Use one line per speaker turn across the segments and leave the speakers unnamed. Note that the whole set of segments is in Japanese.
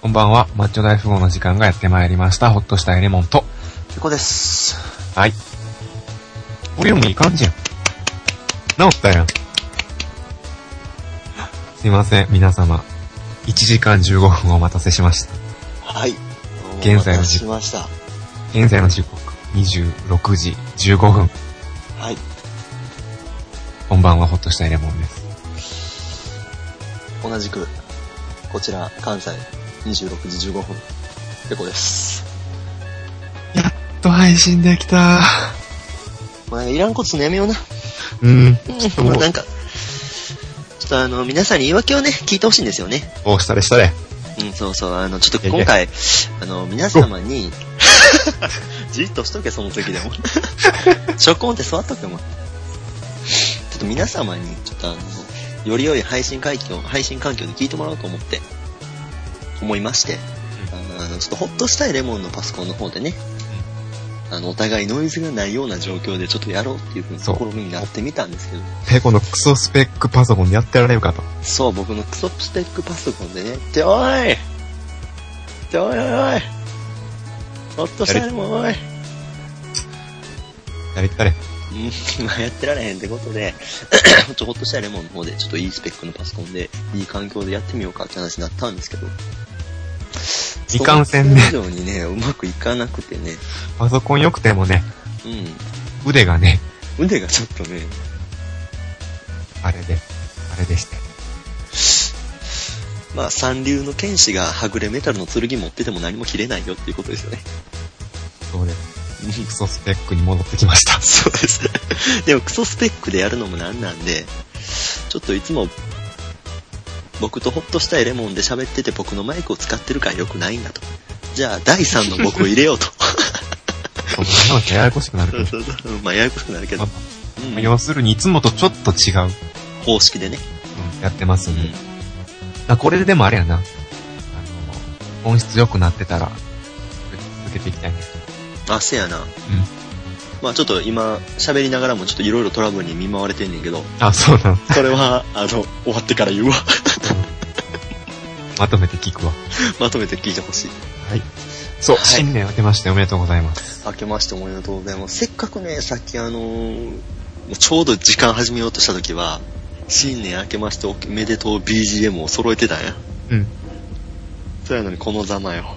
こんばんは。マッチョ大富豪の時間がやってまいりました。ほっとしたエレモンと。
ここです。
はい。これもいい感じやん。治ったやん。すいません、皆様。1時間15分お待たせしました。
はい。
現在の時刻26時15分。
はい。
こんばんは、ほっとしたエレモンです。
同じく、こちら、関西26時15分。ペコです。
やっと配信できた。
まあ、いらんことすのやめような。
もう
なんか、ちょっと皆さんに言い訳をね、聞いてほしいんですよね。
お、したれしたれ。
そうそう、ちょっと今回、皆様に、じっとしとけ、その時でも。ちょこんって座っとけも。ちょっと皆様に、ちょっとより良い配信環境で聞いてもらおうと思いまして、ちょっとほっとしたいレモンのパソコンの方でね、お互いノイズがないような状況でちょっとやろうっていう風に試みになってみたんですけど。
ペコのクソスペックパソコンでやってられるかと。
そう、僕のクソスペックパソコンでね、おいほっとしたいレモンおい
やりたれ。
まあやってられへんってことで、ほっとしたいレモンの方でちょっといいスペックのパソコンで、いい環境でやってみようかって話になったんですけど、
いかんせんね。
以上にね、うまくいかなくてね。
パソコン良くてもね、腕が
ちょっとね、
あれでして。
まあ三流の剣士がはぐれメタルの剣持ってても何も切れないよっていうことですよね。
そうです。クソスペックに戻ってきました。
そうです。でもクソスペックでやるのもなんなんで、ちょっといつも僕とホッとしたいレモンで喋ってて僕のマイクを使ってるから良くないんだと。じゃあ第3の僕を入れようと。
そんなのややこしくなるけど。
まあややこしくなるけど。
要するにいつもとちょっと違う
方式でね。
やってますんで。これででもあれやな。音質良くなってたら続けていきたいんですけど。
あ、せやな。まあちょっと今喋りながらもちょっといろいろトラブルに見舞われてんねんけど。
あ、そうなの。
それは終わってから言うわ。
まとめて聞くわ。
まとめて聞いてほしい。
はい。そう、はい、新年明けましておめでとうございます。
明けましておめでとうございます。せっかくね、さっきちょうど時間始めようとした時は、新年明けましておめでとう BGM を揃えてたんや。そうやのにこのざまよ。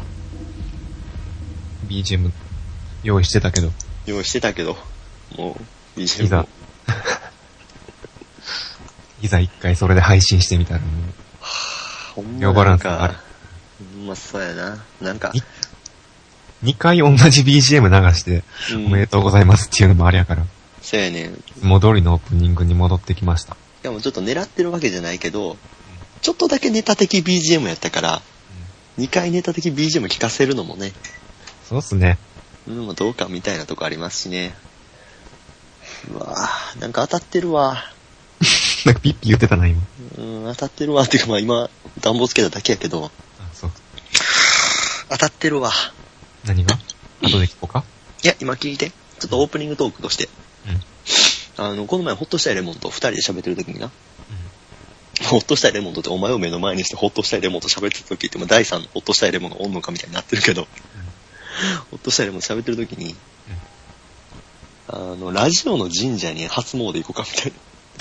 BGM 用意してたけど、
もう BGM も。
いざ一回それで配信してみたらもう、両バランスがある。
まあそうやな。なんか。
2回同じ BGM 流して、おめでとうございますっていうのもあれやから。
そうやねん。
戻りのオープニングに戻ってきました。
でもちょっと狙ってるわけじゃないけど、ちょっとだけネタ的 BGM やったから、2回ネタ的 BGM 聞かせるのもね。
そうっすね。
どうかみたいなとこありますしね。うわぁ、なんか当たってるわ。
なんかピッピ言ってたな、今。
当たってるわ。っていうかまあ今、暖房つけただけやけど。
あ、そう。
当たってるわ。
何が？後で聞こうか？
いや、今聞いて。ちょっとオープニングトークとして。この前ホッとしたいレモンと2人で喋ってる時にな。ホッとしたいレモンとってお前を目の前にしてホッとしたいレモンと喋ってる時っても第3のホッとしたいレモンがおんのかみたいになってるけど。ホッとしたいレモンと喋ってる時に、ラジオの神社に初詣行こうかみたいな。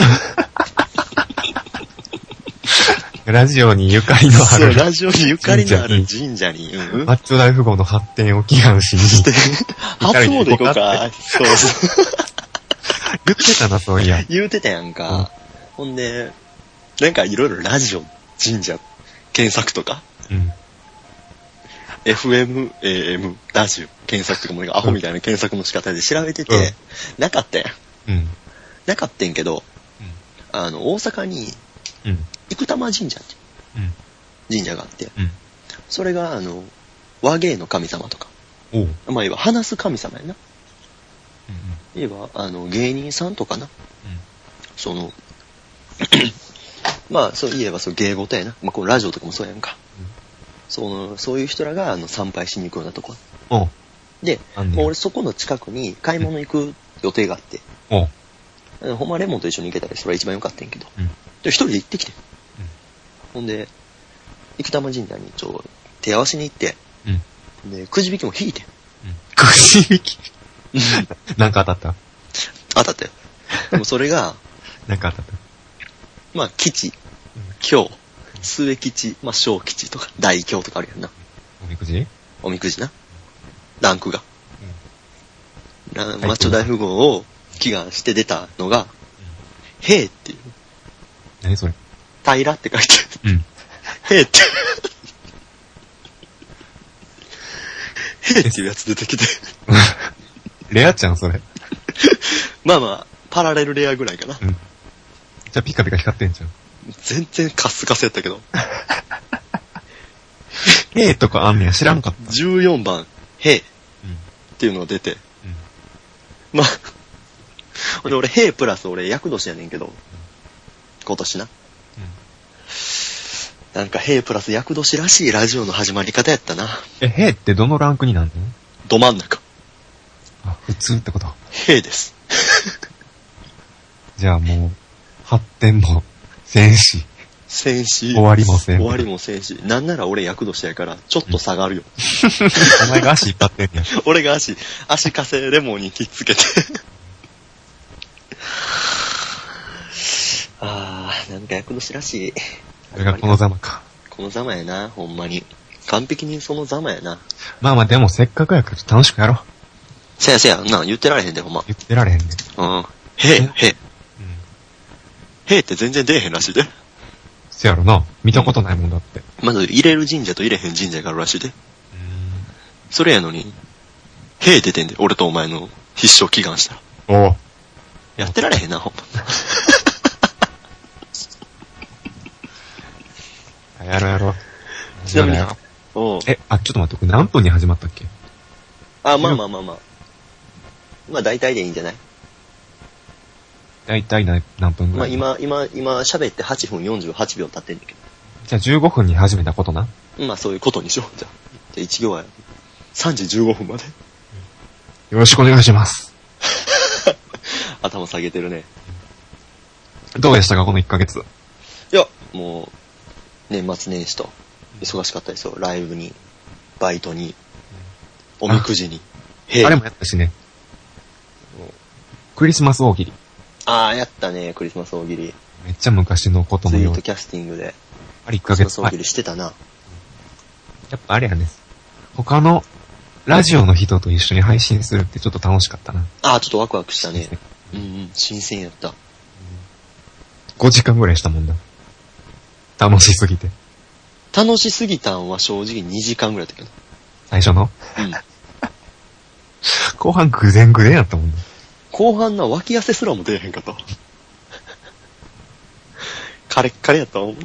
ラジオにゆかりのある。
そう、ラジオにゆかりのある神社に。
マッチョ大富豪の発展を祈願しに。
初詣行こうか。そうそう。
言ってたな、そういや。
言ってたやんか。ほんで、なんかいろいろラジオ、神社、検索とか。FM、AM、ラジオ、検索とかもアホみたいな検索の仕方で調べてて、なかったやん。なかったんけど、大阪に、生玉神社って神社があって、それが和芸の神様とか、まあ言えば話す神様やな。言えば芸人さんとかな、まあそう言えば芸事やな。まあこのラジオとかもそうやんか。そういう人らが参拝しに行くようなとこ。で、俺そこの近くに買い物行く予定があって、ほんまレモンと一緒に行けたらそれは一番良かったんやけど、一人で行ってきて。ほんで、生玉神社に手合わしに行って、
うん。
で、くじ引きも引いて。
うん。くじ引きなんか当たった
当たったよ。でもそれが、
なんか当たった。
まあ、吉、凶、末吉、まあ、小吉とか、大凶とかあるやんな。
おみくじ
おみくじな。ランクが。マッチョ大富豪を祈願して出たのが、平っていう。
何それ
平って書いて
うん。
平って。平っていうやつ出てきて。
レアちゃんそれ。
まあまあ、パラレルレアぐらいかな。
うん。じゃあピカピカ光ってんじゃん。
全然カスカスやったけど。
A とかあんねや知らんかった。
14番、平
うん。
っていうのが出て。
うん。
まあ、俺平プラス俺厄年やねんけど。今年な。なんか平プラス厄年らしいラジオの始まり方やったな。
平ってどのランクになんの？
ど真ん中。
あ、普通ってこと？
平です。
じゃあもう、発展もせんし。
戦士。
終わりもせん。
終わりもせんし。なんなら俺厄年やから、ちょっと下がるよ。
お前が足引っ張ってんや。
俺が足かせレモンにきっつけて。なんか厄年らしい。
それがこのざまか。
このざまやな、ほんまに。完璧にそのざまやな。
まあまあでもせっかくやから楽しくやろう。
せやせや、言ってられへんで、ほんま。
言ってられへんね。
うん。へ
うん。
って全然出えへんらしいで。
せやろな。見たことないもんだって。
まず入れる神社と入れへん神社があるらしいで。それやのに、へ出てんで、俺とお前の必勝祈願したら。
おう。
やってられへんな、ほんま。
やろうやろう。
ちなみに、おう。
ちょっと待って、これ何分に始まったっけ？
まあ。まあ大体でいいんじゃない？
だいたい何分ぐらい？
まあ今喋って8分48秒経ってんだけど。
じゃあ15分に始めたことな。
まあそういうことにしよう。じゃあ1行は3時15分まで。
よろしくお願いします。
頭下げてるね。
どうでしたか、この1ヶ月。
いや、もう、年末年始と、忙しかったですよ。ライブに、バイトに、おみくじに。
あれもやったしね。クリスマス大喜利。
やったね、クリスマス大喜利。
めっちゃ昔のことのように。
ツイートキャスティングで。
あれ1ヶ月。
クリスマス大喜利してたな。
やっぱあれやね。他のラジオの人と一緒に配信するってちょっと楽しかったな。
ちょっとワクワクしたね。新鮮やった。
5時間ぐらいしたもんだ。楽しすぎて。
楽しすぎたんは正直2時間ぐらいだったけど。
最初の
うん。
後半ぐでんぐでんやったもんね。
後半な、脇汗すらも出えへんかった。カレッカレやったわ。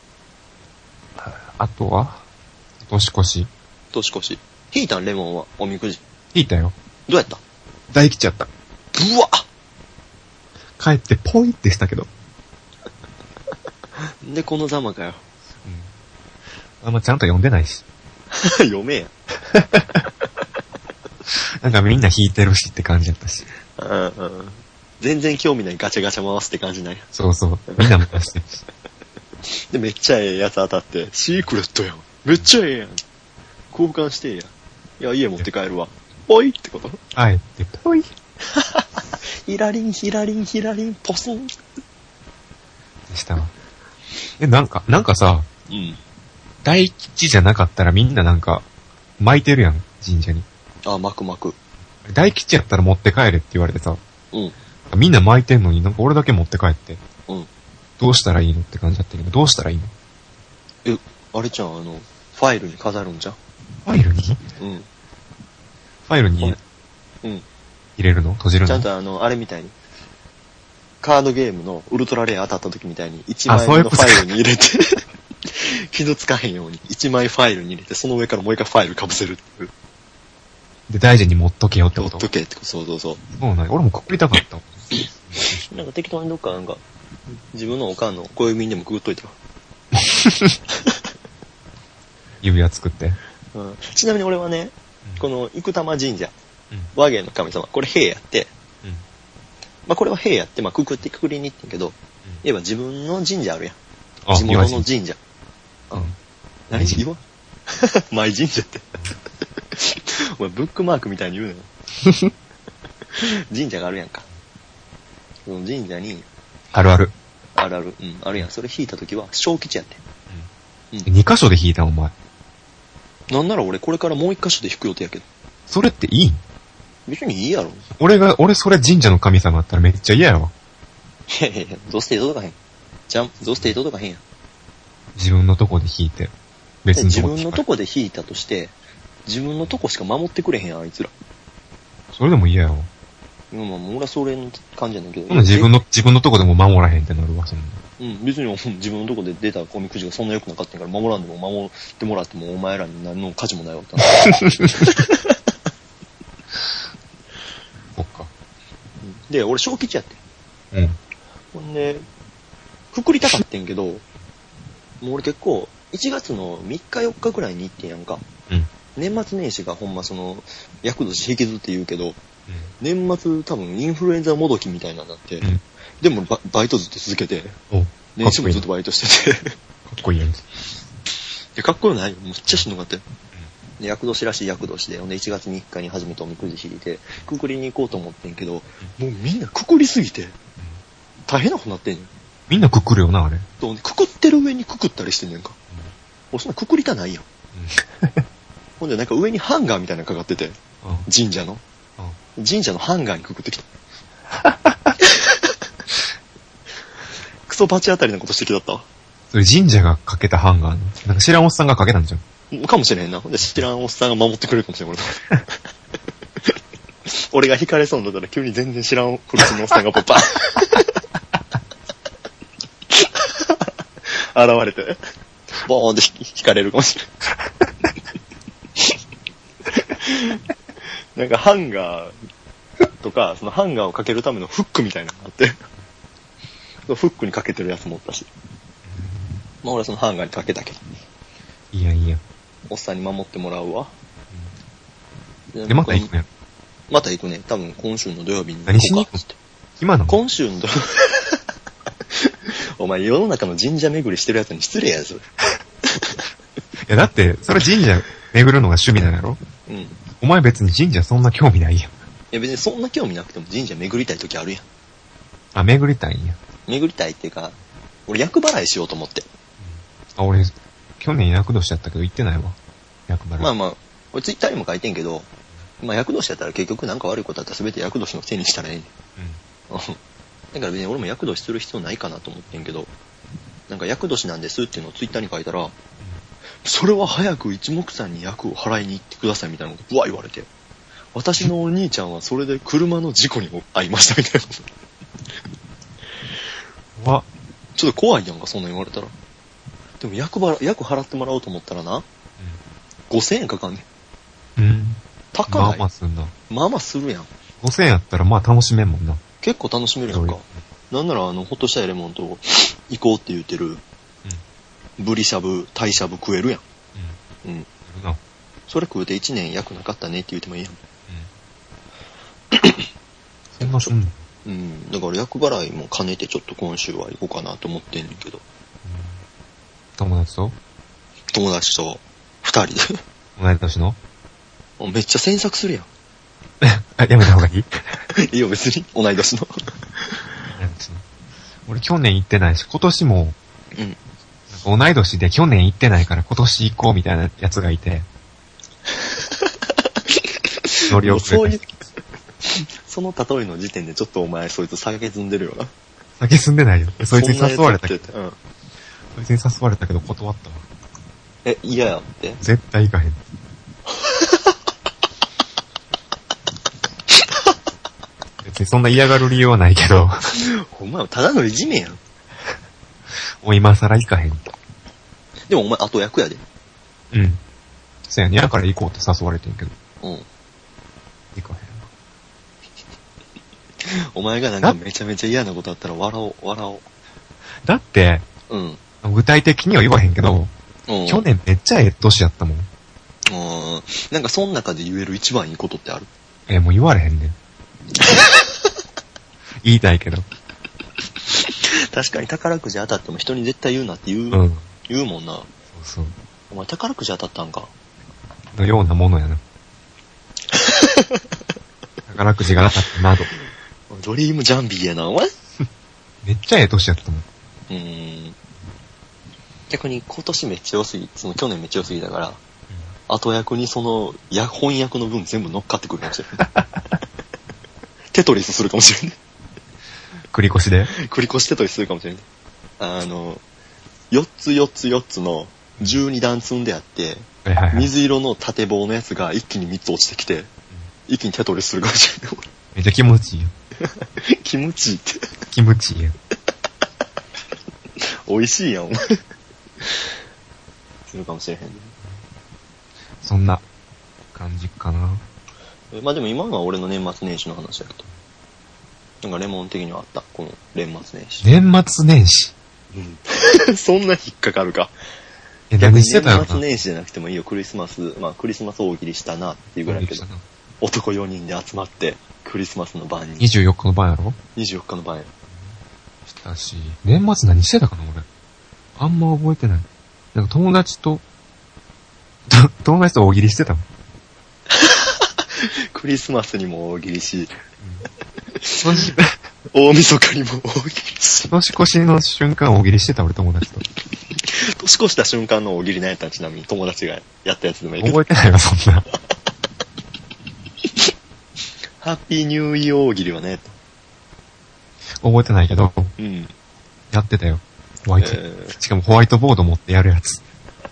あとは年越し。
年越し。引いたんレモンは、おみくじ。
引いたよ。
どうやった？
大吉やった。
うわ
帰ってポイってしたけど。
で、このざまかよ。
あんまちゃんと読んでないし。
読めや。
なんかみんな引いてるしって感じやったし。
全然興味ないガチャガチャ回すって感じない。
そうそう。みんなも出してるし。
で、めっちゃええやつ当たって、シークレットやん。めっちゃええやん。交換してえやん。いや、家持って帰るわ。ポイってこと？
はい。で、ポイ。
ヒラリン、ヒラリン、ヒラリン、ポスン。
でしたわ。なんかさ、
うん。
大吉じゃなかったらみんななんか、巻いてるやん、神社に。
巻く。
大吉やったら持って帰れって言われてさ、
うん。
みんな巻いてんのになんか俺だけ持って帰って。
うん。
どうしたらいいのって感じだったけど、どうしたらいいの？
あれじゃん、ファイルに飾るんじゃん。
ファイルに？
うん。
ファイルに、
うん。
入れるの？閉じるの？
ちゃんとあれみたいに、カードゲームのウルトラレア当たった時みたいに1枚のファイルに入れて、傷つかへんように1枚ファイルに入れて、その上からもう一回ファイルかぶせるっていう。
で、大事に持っとけよってこと？
持っとけって、そう。
そうなんや。俺もくくりたかった。
なんか適当にどっか自分のおかんの小指にでもくぐっといたわ。
指輪作って。
ちなみに俺はね、この生玉神社、和芸の神様、これ兵やって、これは兵やって、くくりに行ってんけど、言えば自分の神社あるやん。地元の神社。何言わん？ 前神社って。お前ブックマークみたいに言うなよ。神社があるやんか。その神社に。
あるある。
あるある。うん、あるやん。それ引いたときは、小吉やって。
うん。2箇所で引いたお前。
なんなら俺これからもう1箇所で引く予定やけど。
それっていいん？
別にいいやろ。
俺それ神社の神様だったらめっちゃ嫌やわ。
いやいやいや、どうして届かへん。じゃん、どうして届かへんやん。
自分のとこで引いて。別に
自分のとこで引いたとして、自分のとこしか守ってくれへんやん、あいつら。
それでも嫌やわ。
まあ、俺はそれの感じなんだけど。
自分のとこでも守らへんってなるわ、そんな。
うん、別に自分のとこで出たゴミくじがそんな良くなかったんから、守らんでも守ってもらってもお前らに何の価値もないわって
そっか。
で、俺小吉やって。
うん。
ほんで、くくりたかってんけど、もう俺結構、1月の3日4日くらいに行ってんやんか。
うん。
年末年始がほんま厄年引きずって言うけど、年末多分インフルエンザもどきみたいなのになって、でもバイトずっと続けて、年始もずっとバイトしてて。か
っこいいやん。
かっこよないよ。むっちゃしんどかったよ。で、厄年らしい厄年で、ほんで1月3日に初めておみくじ引いて、くくりに行こうと思ってんけど、もうみんなくくりすぎて、大変なことなってんねん。
みんなくくるよな、あれ。
くくってる上にくくったりしてんねんか。俺そんなくくりたないやん。ほんでなんか上にハンガーみたいなのかかってて、神社の。神社のハンガーにくくってきた。クソバチ当たりなことしてきだったわ。
それ神社がかけたハンガーのなんか知らんおっさんがかけたんじゃん。
かもしれへんな。で知らんおっさんが守ってくれるかもしれん、俺が引かれそうになったら急に全然知らんフルスのおっさんがポッパー現れて、ボーンって引かれるかもしれん。なんかハンガーとか、そのハンガーをかけるためのフックみたいなのがあって、フックにかけてるやつもおったし。まあ俺はそのハンガーにかけたけど。
いやいや。
おっさんに守ってもらうわ。
で、また行くね。
また行くね。多分今週の土曜日に行こうか。
何しに行く？今の？
今週の土曜日。お前世の中の神社巡りしてるやつに失礼やぞ。い
やだって、それ神社巡るのが趣味なんやろ？うん。お前別に神社そんな興味ないやん。い
や別にそんな興味なくても神社巡りたい時あるやん。
あ、巡りたいんや。
巡りたいっていうか、俺厄払いしようと思って。
あ、俺、去年厄年やったけど行ってないわ。厄払い。
まあまあ、俺ツイッターにも書いてんけど、まあ厄年やったら結局なんか悪いことあったら全て厄年のせいにしたらええねん。うん。だから別に俺も厄年する必要ないかなと思ってんけど、なんか厄年なんですっていうのをツイッターに書いたら、それは早く一目散に厄を払いに行ってくださいみたいなことぶわ言われて、私のお兄ちゃんはそれで車の事故に遭いましたみたいなこと。わ、ちょっと怖いやんか、そんな言われたら。でも厄払ってもらおうと思ったらな、5000円かかんねん。高ない。
まあまあするな。
まあまあするやん。
5000円やったらまあ楽しめんもんな。
結構楽しめるやんか。なんならホッとしたエレモンと行こうって言ってる、ブリしゃぶ、タイしゃぶ食えるやん。うん。それ食うて1年役なかったねって言ってもいいやん。
そんなすんの？
うん。だから厄払いも兼ねてちょっと今週は行こうかなと思ってんねんけど。
友達と
2人で。
同い年の？
めっちゃ詮索するやん。
あ、やめた方がいい？
いいよ別に。同い年の。
俺去年行ってないし、今年も、
うん。
同い年で去年行ってないから今年行こうみたいなやつがいて。乗り遅れた。
その例えの時点でちょっとお前そいつ酒積んでるよな。
酒積んでないよ。そいつに誘われたけど。
うん。
そいつに誘われたけど断ったわ。
嫌やって？
絶対行かへん。別にそんな嫌がる理由はないけど。
お前はただのいじめやん。
もう今更行かへん。
でもお前後役やで。
うん。そやね。やから行こうって誘われてんけど。
うん。
行かへん。
お前がなんかめちゃめちゃ嫌なことあったら笑おう。
だって、
うん。
具体的には言わへんけど、去年めっちゃええ年やったもん。
なんかその中で言える一番いいことってある？
もう言われへんねん。言いたいけど。
確かに宝くじ当たっても人に絶対言うなって言うもんな。
そう。
お前宝くじ当たったんか。
のようなものやな。宝くじが当たったなど。
ドリームジャンビーやな、お前。
めっちゃええ年やったもん。
逆に今年めっちゃ良すぎ、その去年めっちゃ良すぎだから、後役にその、翻訳の分全部乗っかってくるかもしれない。テトリスするかもしれない。
繰り越しで
繰り越しテトリスするかもしれない。4つの12段積んであって、
はいはいはい、
水色の縦棒のやつが一気に3つ落ちてきて、一気にテトリスするかもしれない。
めっちゃ気持ちいいよ。
気持ちいいって。
気持ちいいよ。
美味しいやん、お前。するかもしれへんね。
そんな感じかな。
まあでも今のは俺の年末年始の話だけど。なんかレモン的にはあった。この年末年始。
年末年始
うん。そんな引っかかるか。
何してたの？
年末年始じゃなくてもいいよ。クリスマス大喜利したなっていうぐらいだけど。男4人で集まって、クリスマスの晩に。
24日の晩やろ？
24日の晩や。
したし、年末何してたかな俺。あんま覚えてない。なんか友達と大喜利してたもん。
クリスマスにも大喜利し、
大
晦日にも大喜利し。
年越しの瞬間大喜利してた俺友達と。
年越した瞬間の大喜利なんやったらちなみに友達がやったやつでもいいけど。
覚えてないわ、そんな。
ハッピーニューイヤー大喜利はね。
覚えてないけど、
うん。
やってたよ。ホワイト。しかもホワイトボード持ってやるやつ。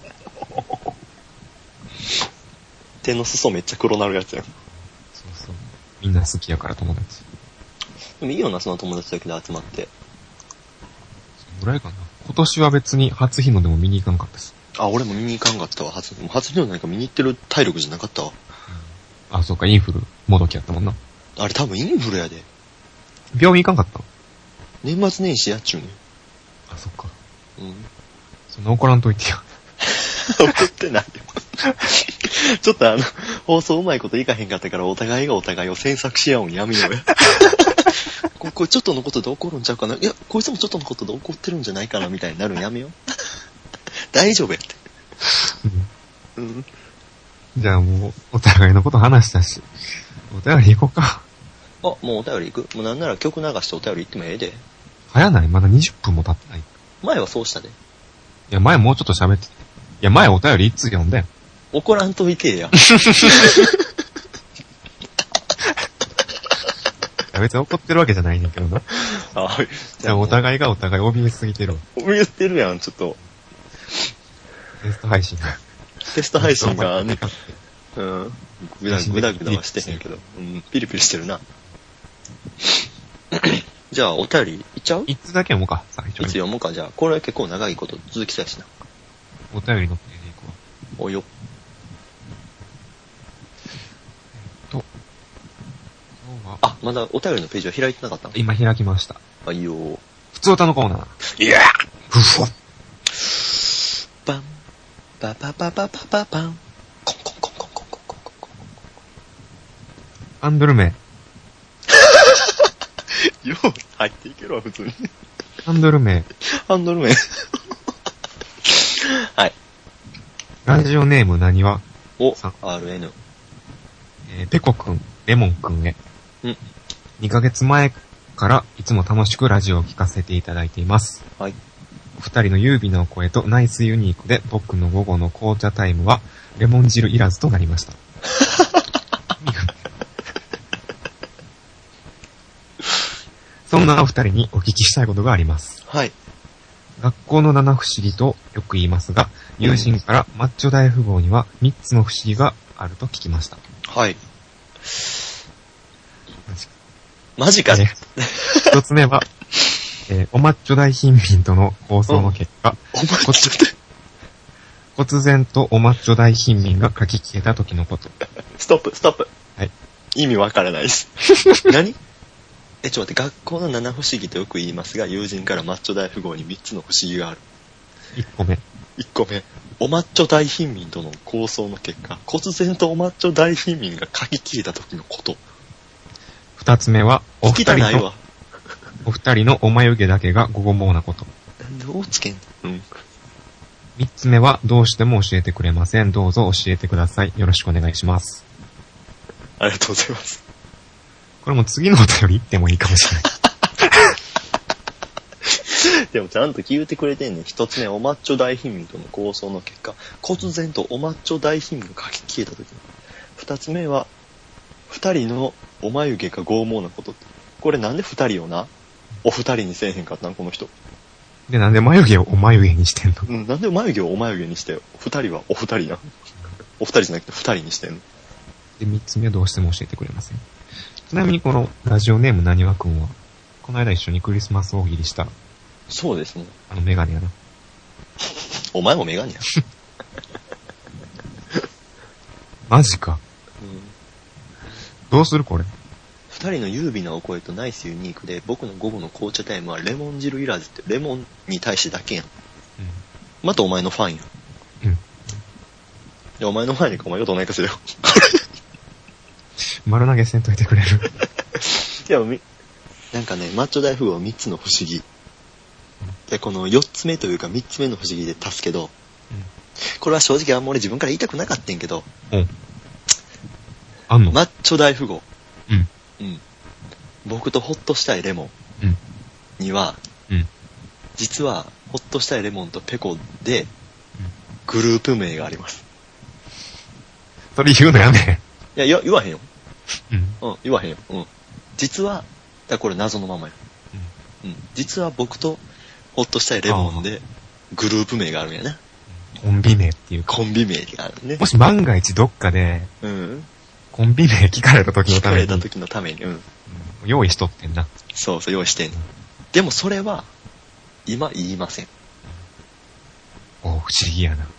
手の裾めっちゃ黒なるやつやん。
そうそう。みんな好きやから友達。
でもいいよな、その友達だけで集まって。
そのぐらいかな。今年は別に初日の出も見に行かんかったし。
あ、俺も見に行かんかったわ。初日の出なんか見に行ってる体力じゃなかったわ。
あ、そうか、インフルもどきやったもんな。
あれ多分インフルやで。
病院行かんかった？
年末年始やっちゅうねん。
あ、そっか。
うん。
そんな怒らんといてよ。
怒ってないよ。ちょっと放送うまいこといかへんかったからお互いがお互いを詮索し合うんやめようや。これちょっとのことで怒るんちゃうかな。いや、こいつもちょっとのことで怒ってるんじゃないかなみたいになるんやめよう。大丈夫やって。うん。
じゃあもう、お互いのこと話したし、お便り行こうか。
あ、もうお便り行く？もうなんなら曲流してお便り行ってもええで。
早ない？まだ20分も経ってない。
前はそうしたで。い
や、前もうちょっと喋ってて。いや、前お便り1通読んだよ。
怒らんといてや。
別に怒ってるわけじゃないねんけどな。
あ、
じゃあお互いがお互い怯えすぎてるわ。
怯えてるやん、ちょっと。
テスト配信が。
テスト配信がね。うん。ぐだぐだはしてへんけど。うん、ピリピリしてるな。じゃあ、お便りいっちゃう？
一通だけ読もうか、最初に。
いつ読もうか、じゃあ。これは結構長いこと続きそうやしな。
お便りのページでいくわ。
およ。あ、まだお便りのページは開いてなかったの？
今開きました。
あ、いいよ。
普通歌のコーナー。
いや
ふふわ
パン。パパパパパパパン。コンコンコンコンコンコンコンコン。
ハンドル名。
よう入っていけるわ、普通に。
ハンドル名。
ハンドル名。はい。
ラジオネーム何は
お、RN。
ペコくん、レモンくんへ。
うん。
2ヶ月前からいつも楽しくラジオを聞かせていただいています。
はい。
お二人の優美なお声とナイスユニークで僕の午後の紅茶タイムはレモン汁いらずとなりました。そんなお二人にお聞きしたいことがあります。
はい。
学校の七不思議とよく言いますが、友人からマッチョ大富豪には3つの不思議があると聞きました。
はい。マジかね。
一つ目は、おマッチョ大貧民との構想の結果、忽然とおマッチョ大貧民が書き消えた時のこと。
ストップ。
はい。
意味わからないです。何？ちょっと待って、学校の七不思議とよく言いますが、友人からマッチョ大富豪に3つの不思議がある。
1個目。
1個目。おマッチョ大貧民との構想の結果、忽然とおマッチョ大貧民が書き消えた時のこと。
2つ目は、お二人
の
お眉毛だけがごごぼうなこと。
なんで大つけんの？うん。
3つ目は、どうしても教えてくれません。どうぞ教えてください。よろしくお願いします。
ありがとうございます。
これも次のお便り言ってもいいかもしれない。
でもちゃんと聞いてくれてんねん。一つ目、おマッチョ大貧民との構想の結果、忽然とおマッチョ大貧民が書き消えたとき。二つ目は、二人のお眉毛が剛毛なこと。これなんで二人をな、お二人にせえへんかったんこの人。
で、なんで眉毛をお眉毛にしてんの？
うん、なんで眉毛をお眉毛にしてよ。二人はお二人な。お二人じゃなくて二人にしてんの。
で、3つ目はどうしても教えてくれません。ちなみにこのラジオネームなにわくんは、この間一緒にクリスマス大喜利した、
そうですね。
メガネやな。
お前もメガネや。
マジか。
うん、
どうするこれ。
二人の優美なお声とナイスユニークで、僕の午後の紅茶タイムはレモン汁いらずってレモンに対してだけやん。またお前のファンやん。
うん。い
や、お前のファンにかお前がどないかするよ。
丸投げせんといてくれる。
いや、なんかね、マッチョ大富豪3つの不思議。で、この4つ目というか3つ目の不思議で足すけど、これは正直あんま俺自分から言いたくなかったんけど、
あんの？
マッチョ大富豪。
うん。
うん。僕とホッとしたいレモンには、実は、ホッとしたいレモンとペコで、グループ名があります。
それ言うのやめ。
いや、言わへんよ。
うん。
言わへんよ。うん。実は、だこれ謎のままよ。うん。実は僕と、ホッとしたいレモンで、グループ名があるんやな。
コンビ名っていうか。
コンビ名があるね。
もし万が一どっかで、コンビ名聞かれた時のために。
聞かれた時のために、
用意しとってんな。
そうそう、用意してんの。でもそれは、今言いません。
不思議やな。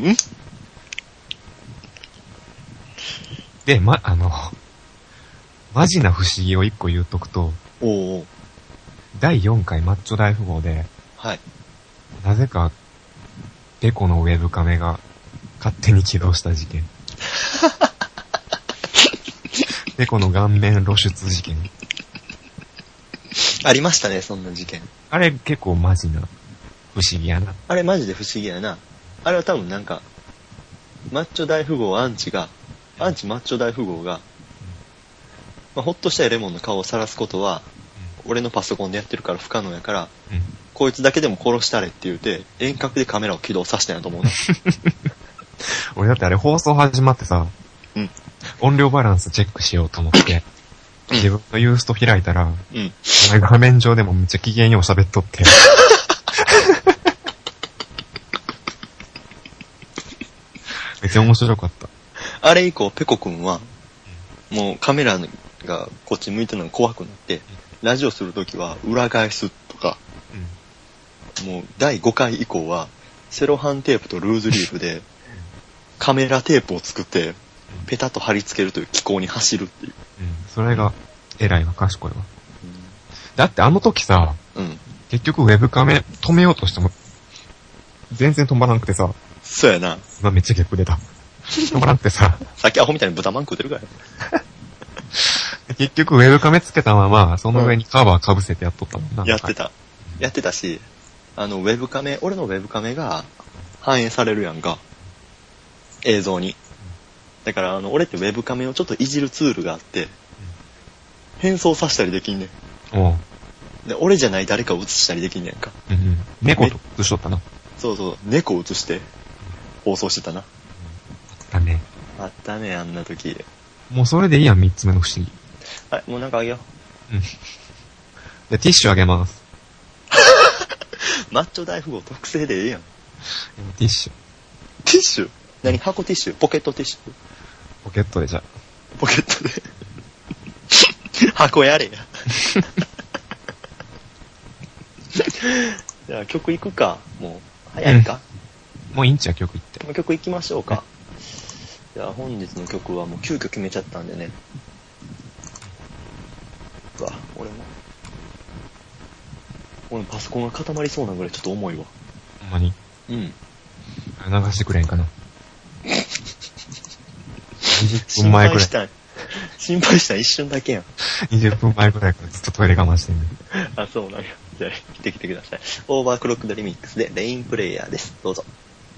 で、マジな不思議を一個言うとくと、第4回マッチョ大富豪で、
はい。
なぜか、ペコのウェブカメが勝手に起動した事件。ペコの顔面露出事件。
ありましたね、そんな事件。
あれ結構マジな不思議やな。
あれマジで不思議やな。あれは多分なんか、マッチョ大富豪アンチマッチョ大富豪が、ほっとしたいレモンの顔を晒すことは、俺のパソコンでやってるから不可能やから、こいつだけでも殺したれって言うて、遠隔でカメラを起動させたんやと思うな。
俺だってあれ放送始まってさ、音量バランスチェックしようと思って、自分のユースト開いたら、画面上でもめっちゃ機嫌よう喋っとって。めっちゃ面白かった。
あれ以降、ペコ君は、もうカメラがこっち向いてるのが怖くなって、ラジオするときは裏返すとか、もう第5回以降は、セロハンテープとルーズリーフで、カメラテープを作って、ペタッと貼り付けるという機構に走るっていう。
それが、偉いわ、賢いわ。だってあの時さ、結局ウェブカメ止めようとしても、全然止まらなくてさ。
そうやな。
今めっちゃ逆出た。止まらなくてさ。
さっきアホみたいに豚まん食うてるから。
結局ウェブカメつけたまま、その上にカバー被せてやっとったもんな。
やってたし、ウェブカメ、俺のウェブカメが反映されるやんか。映像に。だから俺ってウェブカメをちょっといじるツールがあって、変装させたりできんねん。で、俺じゃない誰かを映したりできんねんか。
猫と映しとったな。
そうそう、猫を映して放送してたな。
あったね。
あったね、あんな時。
もうそれでいいやん、3つ目の不思議。
はい、もうなんかあげよう。
じゃあティッシュあげます。
マッチョ大富豪特製でええやん。
ティッシュ。
ティッシュ？何？箱ティッシュ？ポケットティッシュ？
ポケットでじゃ。
ポケットで。箱やれや。じゃあ曲行くか。もう、早いか、
もういいんちゃう、曲行って。
もう曲行きましょうか。じゃあ本日の曲はもう急遽決めちゃったんでね。俺もパソコンが固まりそうなぐらいちょっと重いわ。
ほんまに？流してくれんかな。20分前くらい。
心配した一瞬だけやん。
20分前くらいからずっとトイレ我慢してんね。
あ、そうなんや。じゃあ、来てください。オーバークロックドリミックスでレインプレイヤーです。どうぞ。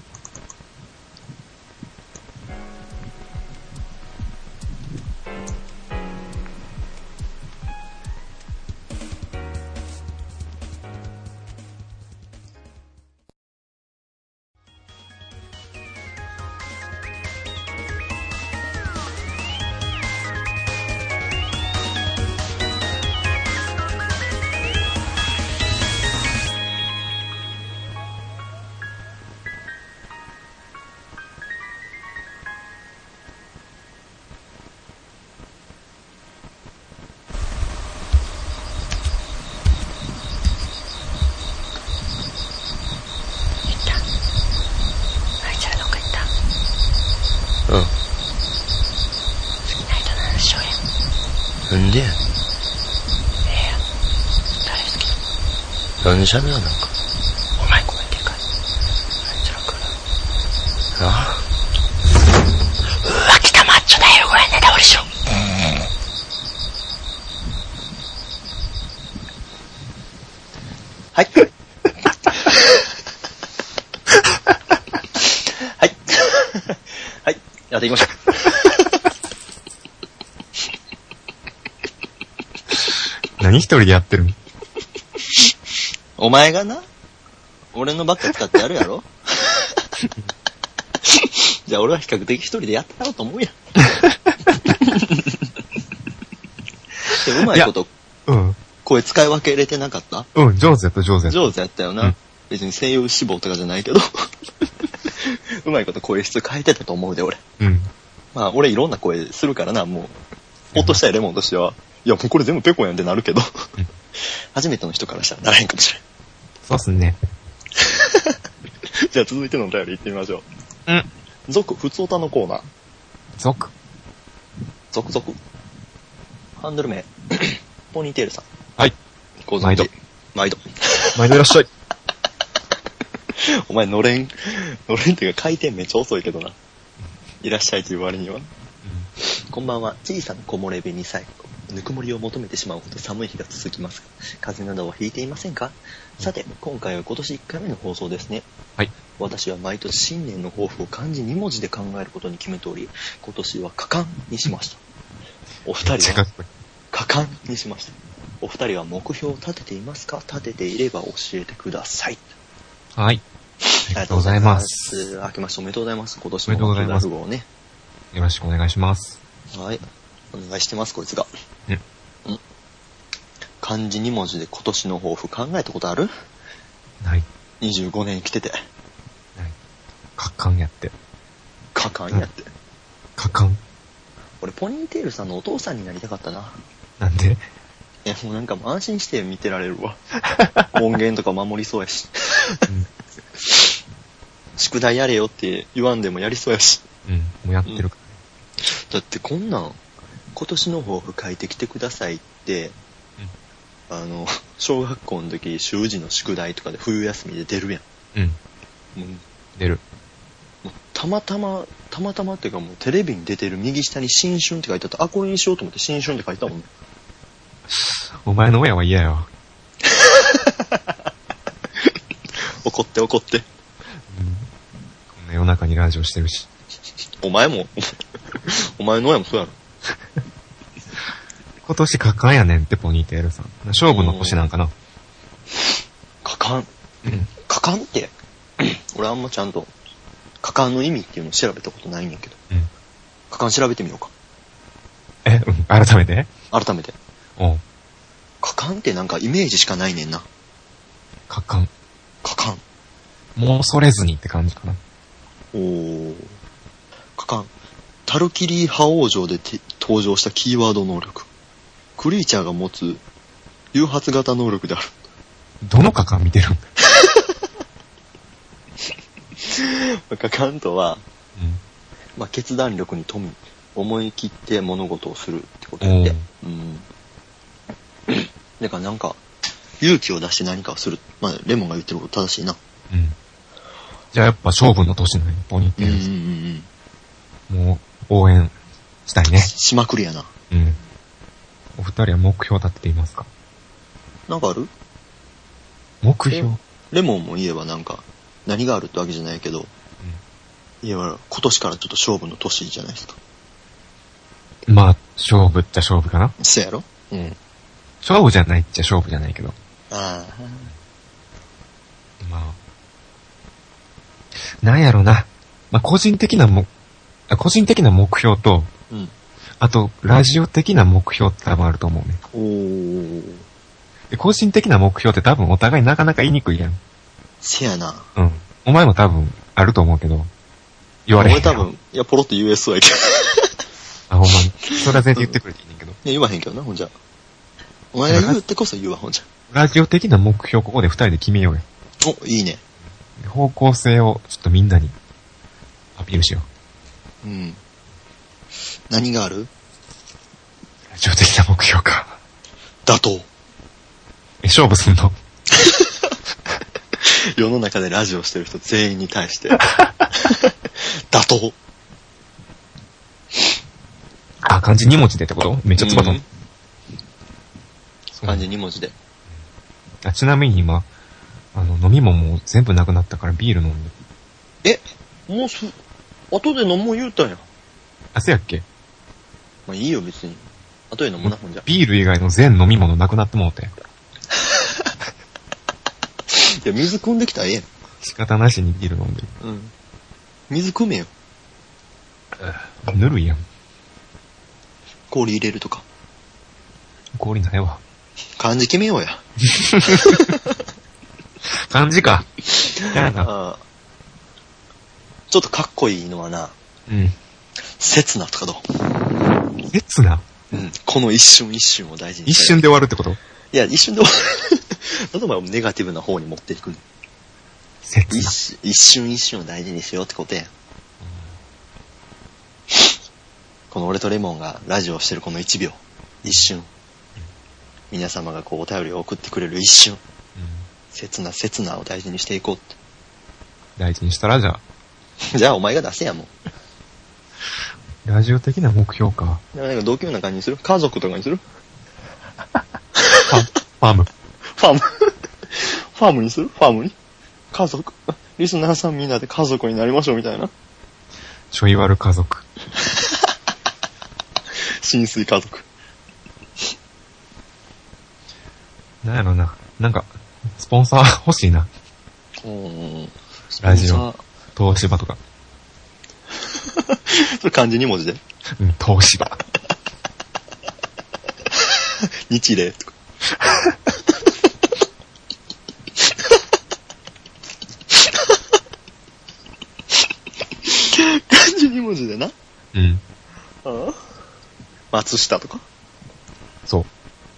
なんでやねん。誰好きなんで喋らなんか。お前声でかい。なんちゃらから。ああ。うわ、来たマッチョだよ、これネタバレしろ。はい。はい。はい。やっていきましょう。
何一人でやってるの？
お前がな、俺のばっか使ってやるやろじゃあ俺は比較的一人でやってやろうと思うやん。でうまいこと、
うん。
声使い分けれてなかった？
うん、上手やったよな。
うん、別に声優志望とかじゃないけど。うまいこと声質変えてたと思うで、俺。
うん。
まあ、俺いろんな声するからな、もう。落としたいレモンとしては。いや、もうこれ全部ペコやんってなるけど。初めての人からしたらならへんかもしれん。
そうっすね。
じゃあ続いてのお便り行ってみましょ
う。うん。
続、ふつおたのコーナー。
続。
ハンドル名、ポニーテールさん。
はい。
ご存知。毎度
いらっしゃい。
お前、のれんっていうか回転めっちゃ遅いけどな。いらっしゃいという割には。こんばんは。小さな木漏れ日に最後、ぬくもりを求めてしまうほど寒い日が続きますが、風邪などはひいていませんか？さて、今回は今年1回目の放送ですね。
はい。
私は毎年新年の抱負を漢字2文字で考えることに決めており、今年は果敢にしました。お二人は果敢にしました。お二人は目標を立てていますか？立てていれば教えてください。
はい。ありがとうございます。
明けましておめでとうございます。今年もマキ大富豪ね。
よろしくお願いします。
はい。お願いしてます、こいつが。漢字2文字で今年の抱負考えたことある？
ない。
25年生きてて。ない。
果敢やって。
果敢やって。
果敢。
俺、ポニーテールさんのお父さんになりたかったな。
なんで？
いや、もうなんか安心して見てられるわ。音源とか守りそうやし。宿題やれよって言わんでもやりそうやし。
うん、もうやってるから、
だってこんなん、今年の抱負書いてきてくださいって、小学校の時、習字の宿題とかで冬休みで出るやん。
うん。出る。
もうたまたまっていうかもうテレビに出てる右下に新春って書いてあった。あ、これにしようと思って新春って書いたもんね。
お前の親は嫌よ。
怒って。
こんな夜中にラジオしてるし。
お前もお前の親もそうやろ。
今年果敢やねんってポニーテールさん。勝負の年なんかな。
果敢。果敢って俺あんまちゃんと果敢の意味っていうのを調べたことないんやけど。果敢調べてみようか。
改めて。
果敢ってなんかイメージしかないねんな。
果敢。もう恐れずにって感じかな。
果敢。タルキリー覇王城で登場したキーワード能力。クリーチャーが持つ誘発型能力である。
どの果敢見てるん？
果敢とは、決断力に富み、思い切って物事をするってことやって。だからなんか、勇気を出して何かをする。レモンが言ってること正しいな。
じゃあやっぱ勝負の年のポニーテールさん。もう、応援したいね。
しまくりやな。
お二人は目標立てていますか？
なんかある？
目標？
レモンも言えばなんか、何があるってわけじゃないけど、言えば今年からちょっと勝負の年じゃないですか。
まあ、勝負っちゃ勝負かな。
そうやろ？
勝負じゃないっちゃ勝負じゃないけど。まあ、なんやろな。個人的な目標と、あと、ラジオ的な目標って多分あると思うね。個人的な目標って多分お互いなかなか言いにくいやん。
せやな。
お前も多分あると思うけど、言われへん。
俺多分、ポロって言えそうやけど。
ほんまに。それは全然言ってくれていいねんけど。
言わへんけどな、ほんじゃ。お前が言うってこそ言うわ、ほんじゃ。
ラジオ的な目標ここで二人で決めようよ。
いいね。
方向性をちょっとみんなにアピールしよ
う。何がある？
ラジオ的な目標か。
打倒。
勝負すんの
世の中でラジオしてる人全員に対して。打倒。
あ、漢字2文字でってこと？めっちゃつばとん。
漢字2文字で。
あ、ちなみに今、飲み物も全部なくなったからビール飲んで。
もう後で飲もう言うたんや。
あ、せやっけ？
まあいいよ別に。後で飲むな、ほんじゃ。
ビール以外の全飲み物なくなってもうて。
いや、水汲んできたらええやん。
仕方なしにビール飲んでる。
うん。水汲めよ。
ぬるいやん。
氷入れるとか。
氷ないわ。
漢字決めようや。
漢字か。やな。
ちょっとかっこいいのはな。
うん。
刹那とかどう？
刹那？
うん。この一瞬一瞬を大事に。
一瞬で終わるってこと？
いや、一瞬で終わる。なんでお前ネガティブな方に持っていくの？
刹那。
一瞬一瞬を大事にしようってことや。この俺とレモンがラジオをしてるこの1秒。一瞬。皆様がこうお便りを送ってくれる一瞬。刹那を大事にしていこうって。
大事にしたらじゃあ。
じゃあお前が出せやも
う。ラジオ的な目標か。
なんか同級な感じにする？家族とかにする？
ファーム。
ファームにする？ファームに？家族。リスナーさんみんなで家族になりましょうみたいな。
ちょい悪家族。
浸水家族。
なんやろな。なんか、スポンサー欲しいな。ラジオ。東芝とか。
それ漢字2文字で？
うん、東芝。
日霊とか。漢字2文字でな。
うん。
松下とか。
そう。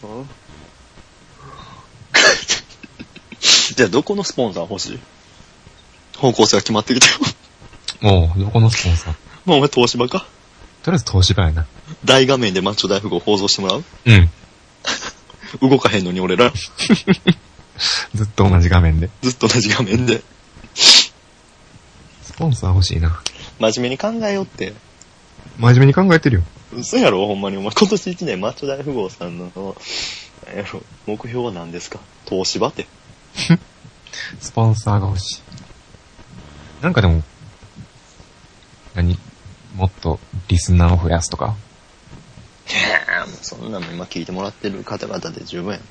じゃあどこのスポンサー欲しい？方向性が決まってきたよ。
もう、どこのスポンサー？
まあお前東芝か。
とりあえず東芝やな。
大画面でマッチョ大富豪放送してもらう？
うん。
動かへんのに俺ら。
ずっと同じ画面で。
ずっと同じ画面で。
スポンサー欲しいな。
真面目に考えよって。
真面目に考えてるよ。
嘘やろほんまにお前今年1年マッチョ大富豪さんの目標は何ですか？東芝って。
スポンサーが欲しい。なんかでも、もっとリスナーを増やすとか。
いやもうそんなの今聞いてもらってる方々で十分やん。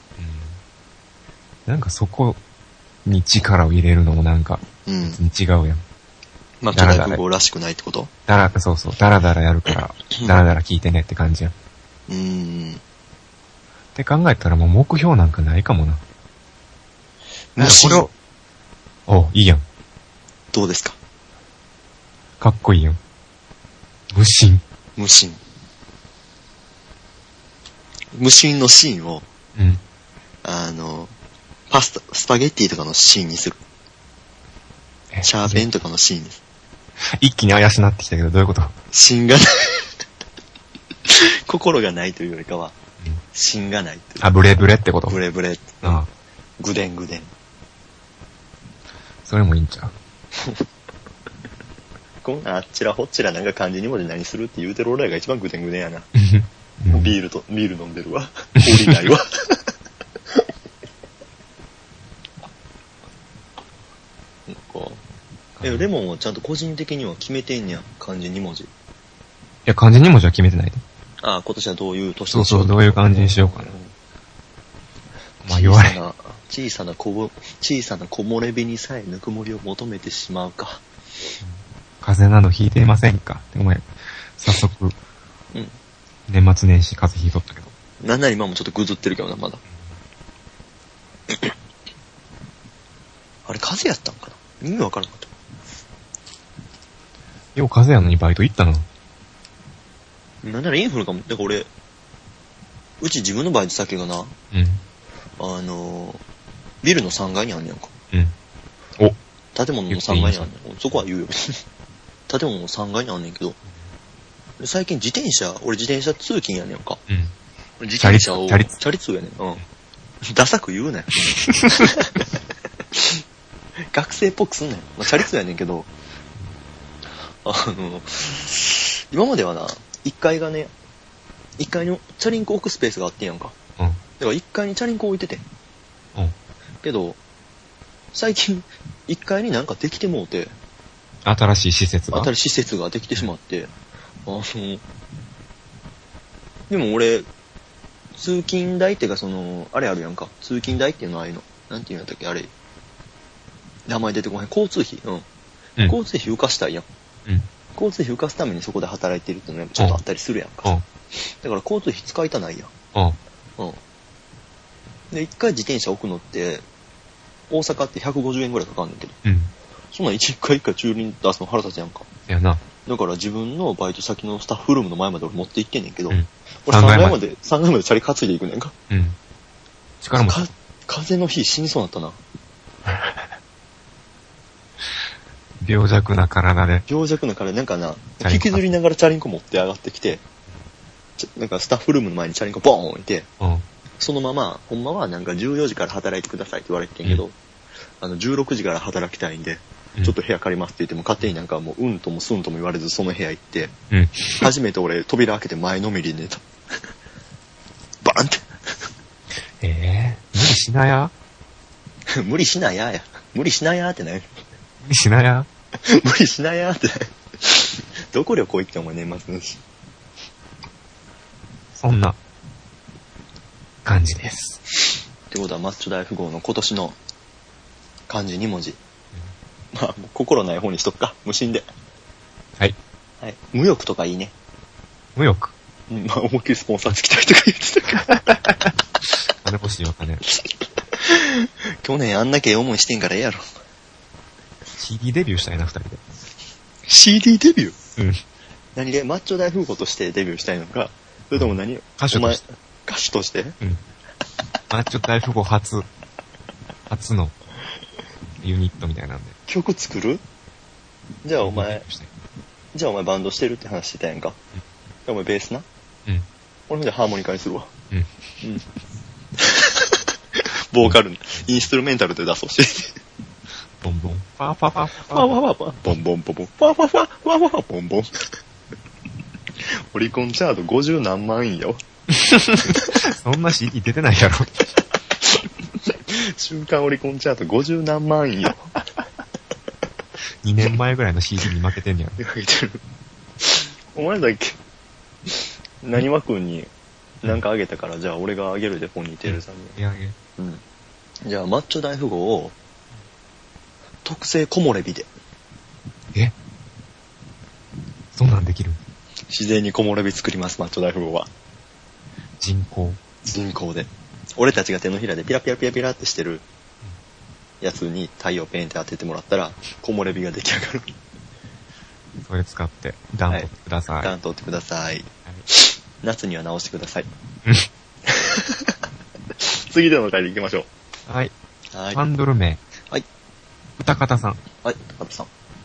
なんかそこに力を入れるのもなんか、違うやん。
マッチョ大富豪らしくないってこと？
そうそう、ダラダラやるから、ダラダラ聞いてねって感じやん。って考えたらもう目標なんかないかもな。なんかこれを、いいやん。
どうですか？
かっこいいやん。無心
のシーンを、スパゲッティとかのシーンにする。シャーペンとかのシーンです。
一気に怪しなってきたけど、どういうこと？
芯がない。心がないというよりかは、芯がないという。
あ、ブレブレってこと？
ブレブレ。
ああ。
ぐでんぐでん。
それもいいんちゃう？
こんなあっちらほっちらなんか漢字2文字何するって言うてる俺らが一番ぐでんぐでんやな。ビール飲んでるわ。氷ないわ。レモンはちゃんと個人的には決めてんねや。漢字2文字。い
や、漢字2文字は決めてないで。
ああ、今年はどういう年
にしよう。そうそう、どういう漢字にしようかな。まあ言われ。
小さな木漏れ日にさえぬくもりを求めてしまうか。
風邪などひいていませんか？お前、早速、年末年始風邪ひいとったけど。
なんなら今もちょっとぐずってるけどな、まだ。あれ、風邪やったんかな？意味わからんかった。
よう風邪やのにバイト行ったな。
なんならインフルかも。だから俺、うち自分のバイト先がな、ビルの3階にあんねやんか。建物の3階にあんねん。そこは言うよ。建物の3階にあんねんけど、 最近俺自転車通勤やねんか。
うん。
自転車を、チャリ通やねん。うん。ダサく言うなよ。学生っぽくすんなよ。まあ、チャリ通やねんけど、今まではな、1階にチャリンコ置くスペースがあってんやんか。
うん。だ
から1階にチャリンコ置いててん。
うん。
けど、最近、1階になんかできてもうて、
新しい施設が
できてしまって、でも俺、通勤代っていうかあれあるやんか。通勤代っていうのはああいうの。なんていうんだっけ、あれ。名前出てこない。交通費。うん。交通費浮かしたいやん。
うん。
交通費浮かすためにそこで働いてるっていうのがちょっとあったりするやんか。だから交通費使いたないやん。で、一回自転車置くのって、大阪って150円ぐらいかかんねんけど。そんなん一回駐輪出すの腹立つやんか。
やな。
だから自分のバイト先のスタッフルームの前まで俺持って行ってんねんけど、
俺
3階までチャリ担いでいくねんか。
力も
風の日死にそうになったな。
病弱な体で。
なんかな、引きずりながらチャリンコ持って上がってきて、なんかスタッフルームの前にチャリンコボーン置いて、そのまま、ほんまはなんか14時から働いてくださいって言われてんけど、16時から働きたいんで、ちょっと部屋借りますって言っても勝手になんかもううんともすんとも言われずその部屋行って、初めて俺扉開けて前のめりで寝た。バーンって。
無理しなや
無理しなやってね。
無理しなや
無理しなやってどこ旅行行ってお前年末のし。
そんな感じです。
ってことはマッチョ大富豪の今年の漢字2文字。まあ、心ない方にしとくか。無心で。
はい。
無欲とかいいね。
無欲。
まあ、思いっきりスポンサーつきたいとか言ってたから。
金欲しいわ、金。
去年あんだけ思いしてんからええやろ。
CD デビューしたいな、二人で。
CD デビュー？
うん。
何でマッチョ大富豪としてデビューしたいのか、それとも何？
歌手として。
歌手として？うん。
マッチョ大富豪初のユニットみたいなんで。
曲作る？じゃあお前バンドしてるって話してたやんか。お前ベースな。俺じゃあハーモニカにするわ。ボーカル、インストゥルメンタルで出そうして。
ボンボン。ファーファーファーファ
ー。ファーファーファー。ボンボンボンボン。ファーファーファー。ファーファーファー。ボンボン。オリコンチャート50何万円よ。
そんな CD 出てないやろ。
週間オリコンチャート50何万円よ。
2年前ぐらいの CD に負けてんねやろ。
負けてる。お前だっけ何わくんになんかあげたから、じゃあ俺があげるで、ポニーテールさんに。
いやあげ。
じゃあマッチョ大富豪を、特製木漏れ日で。
そんなんできる？
自然に木漏れ日作ります、マッチョ大富豪は。
人工
で。俺たちが手のひらでピラピラピラピラってしてるやつに太陽ペンって当ててもらったら、木漏れ日が出来上がる。
それ使って、暖取ってください。
暖取ってください。夏には直してください。次での回で行きましょ
う。はい。ハンドル名。
はい。
歌方さん。
はい、歌方さん。
はい、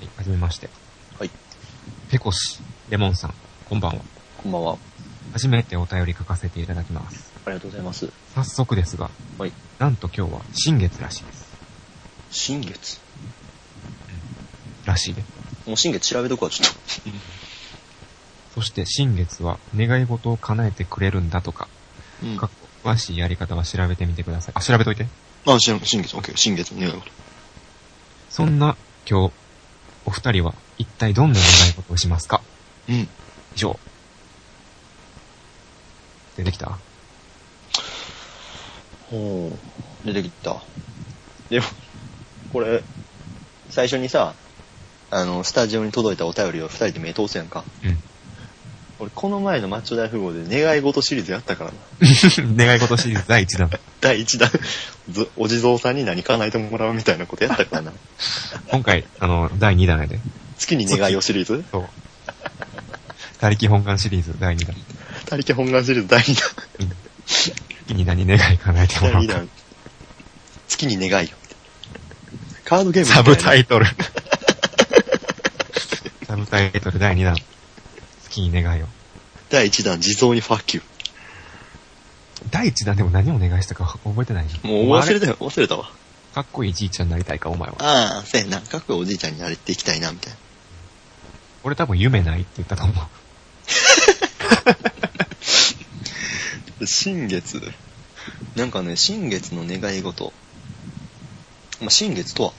はじめまして。
はい。
ペコシ、レモンさん、こんばんは。
こんばんは。
初めてお便り書かせていただきます。
ありがとうございます。
早速ですが、
はい。
なんと今日は新月らしいです。
新月？
らしいで。
もう新月調べとくわ、ちょっと。
そして新月は願い事を叶えてくれるんだとか、詳しいやり方は調べてみてください。あ、調べといて。
新月、OK、新月の願い事。
そんな今日、お二人は一体どんな願い事をしますか？以上。出てきた？
出てきた。でも、これ、最初にさ、スタジオに届いたお便りを二人で目通すやんか。俺、この前のマッチョ大富豪で願い事シリーズやったからな。
願い事シリーズ第1弾。
第1弾。お地蔵さんに何叶えてもらうみたいなことやったからな。
今回、第2弾やで。
月に願いをシリーズ？
そう。他力本願シリーズ第2弾。
他力本願シリーズ第2弾。
月に何願い叶えてもらうか。第2弾。
月に願いよ。カードゲーム
サブタイトル。サブタイトル第2弾。 月に願いを。
第1弾、地蔵にファッキュー。
第1弾でも何を願いしたか覚えてないな。
もう忘れたわ。
かっこいいじいちゃんになりたいか、お前は。
ああ、そうやな。かっこいいおじいちゃんになれていきたいな、みたいな。
俺多分夢ないって言ったと思
う。新月。なんかね、新月の願い事。まあ、新月とは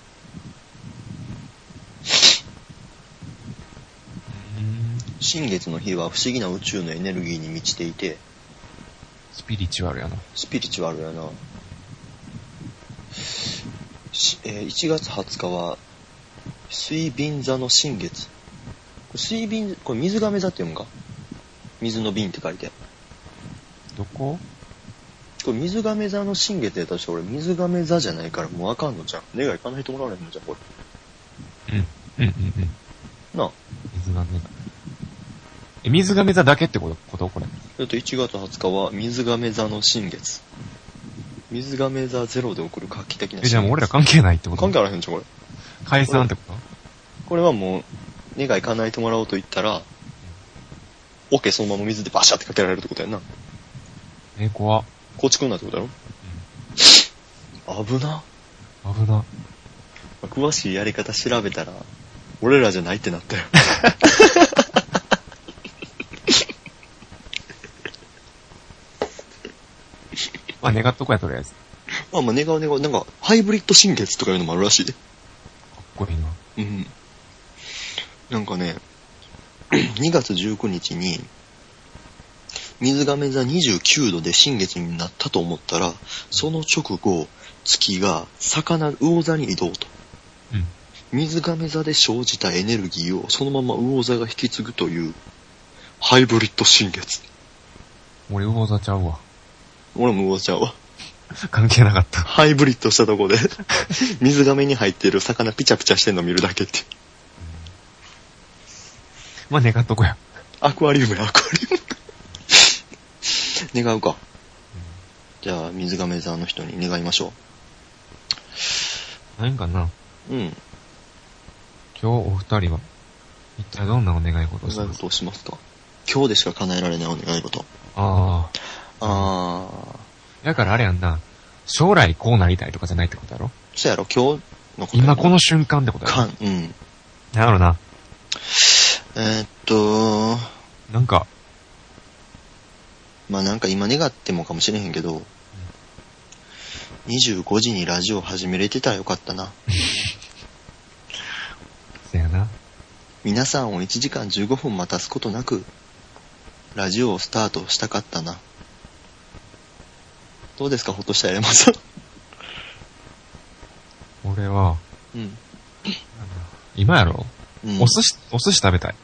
新月の日は不思議な宇宙のエネルギーに満ちていて、
スピリチュアルやな。
スピリチュアルやな。1月20日は、水瓶座の新月。水瓶、これ水亀座って読むか？水の瓶って書いて。
どこ？
これ水亀座の新月やったら俺水亀座じゃないからもうあかんのじゃん。願い行かないともらわれへんのじゃん、こ
れ。なあ。水亀座。水亀座だけってことこれ。
1月20日は水亀座の新月。水亀座ゼロで送る画期的な新月。
じゃあもう俺ら関係ないってこと？
関係あらへんじゃん、これ。
解散ってこと？
これはもう、願い行かないともらおうと言ったら、オケそのまま水でバシャってかけられるってことやんな。
怖っ。
構築になってことやろ？危な。
危な。
詳しいやり方調べたら、俺らじゃないってなったよ。
まあ願っとこや、とりあえず。
まあ願う。なんか、ハイブリッド新月とかいうのもあるらしいで。か
っこいいな。
うん。なんかね、2月19日に、水亀座29度で新月になったと思ったら、その直後、月が魚座に移動と。
うん。
水亀座で生じたエネルギーをそのまま魚座が引き継ぐという、ハイブリッド新月。
俺魚座ちゃうわ。
俺も魚座ちゃうわ。
関係なかった。
ハイブリッドしたとこで、水亀に入ってる魚ピチャピチャしてんの見るだけって。
まあ願っとこや。
アクアリウムや、アクアリウム。願うか。じゃあ、水亀座の人に願いましょ
う。何かな？
うん。
今日お二人は、一体どんなお願い事をしますか？
お願い事をしますか？今日でしか叶えられないお願い事。
だからあれやんな。将来こうなりたいとかじゃないってことやろ？
そうやろ、今日のこと。
今この瞬間ってことやろ？
うん。
なるな。なんか。
まあなんか今願ってもかもしれへんけど、25時にラジオ始めれてたらよかったな。
そやな。
皆さんを1時間15分待たすことなく、ラジオをスタートしたかったな。どうですか、ほっとしたやれまさん。
俺は、
うん。
今やろ？
うん。
お寿司食べたい。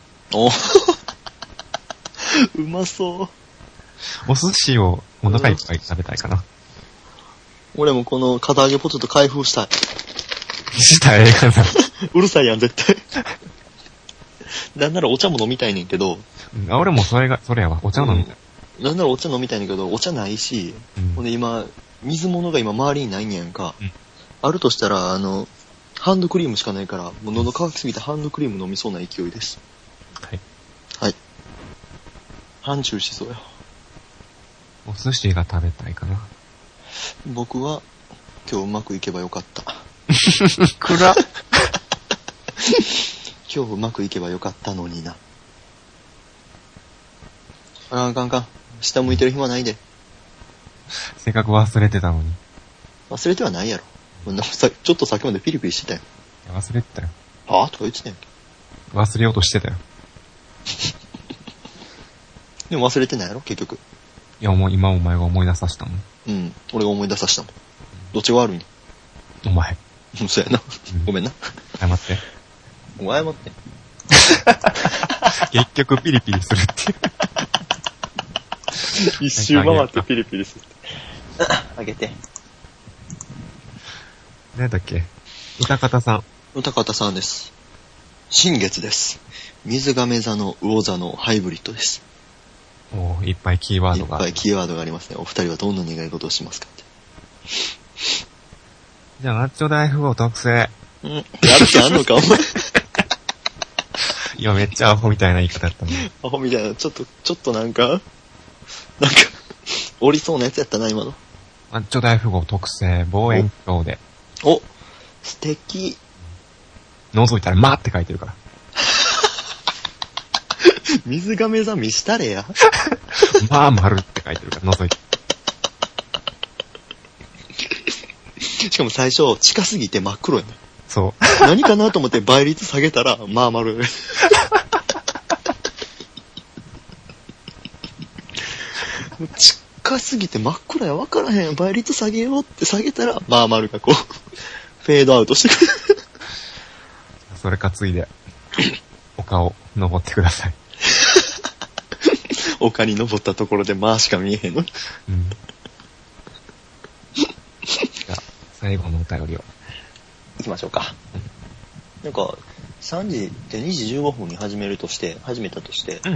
うまそう。
お寿司をお腹いっぱい食べたいかな。
俺もこの片揚げポテト開封したい。
したらええかな。
うるさいやん、絶対。なんならお茶も飲みたいねんけど。
俺もそれやわ。お茶飲みたい。
なんならお茶飲みたいねんけど、お茶ないし、ほんで今、水物が今周りにないんやんか。あるとしたら、ハンドクリームしかないから、もう喉乾きすぎてハンドクリーム飲みそうな勢いです。
はい。
はい。半中しそうや。
お寿司が食べたいかな。
僕は、今日うまくいけばよかった。
暗っ。
今日うまくいけばよかったのにな。あかん。下向いてる暇ないで。
せっかく忘れてたのに。
忘れてはないやろ。ちょっと先までピリピリしてたよ。
いや忘れてたよ。
はぁとか言ってたやんけ。
忘れようとしてたよ。
でも忘れてないやろ、結局。
いや、もう今お前が思い出させたの。
うん。俺が思い出させたもん。どっちが悪いん？
お前。
そうやな。ごめんな。
謝って。
謝って。
結局ピリピリするっていう。
一周回ってピリピリする。あげて。
何だっけ？歌方さん。
歌方さんです。新月です。水亀座の魚座のハイブリッドです。
いっぱいキーワードが。
いっぱいキーワードがありますね。お二人はどんな願い事をしますかって。
じゃあ、ナッチョ大富豪特製。
やる気あんのか、お前。
今めっちゃアホみたいな言い方やったね。
アホみたいな、ちょっとなんか、おりそうなやつやったな、今の。
マッチョ大富豪特製望遠鏡で。
お、素敵。
覗いたら、まって書いてるから。
水亀座見したれや。
まあ、丸って書いてるから、覗いて。
しかも最初、近すぎて真っ黒やね。
そう。
何かなと思って倍率下げたら、まあ丸。近すぎて真っ暗や、わからへん。倍率下げようって下げたら、まあ丸がこう、フェードアウトしてくる。
それかついで、丘を登ってください。
丘に登ったところでまあしか見えへんの。
うん。じゃあ、最後のお便りを。
行きましょうか。なんか、3時で2時15分に始めたとして、
うん。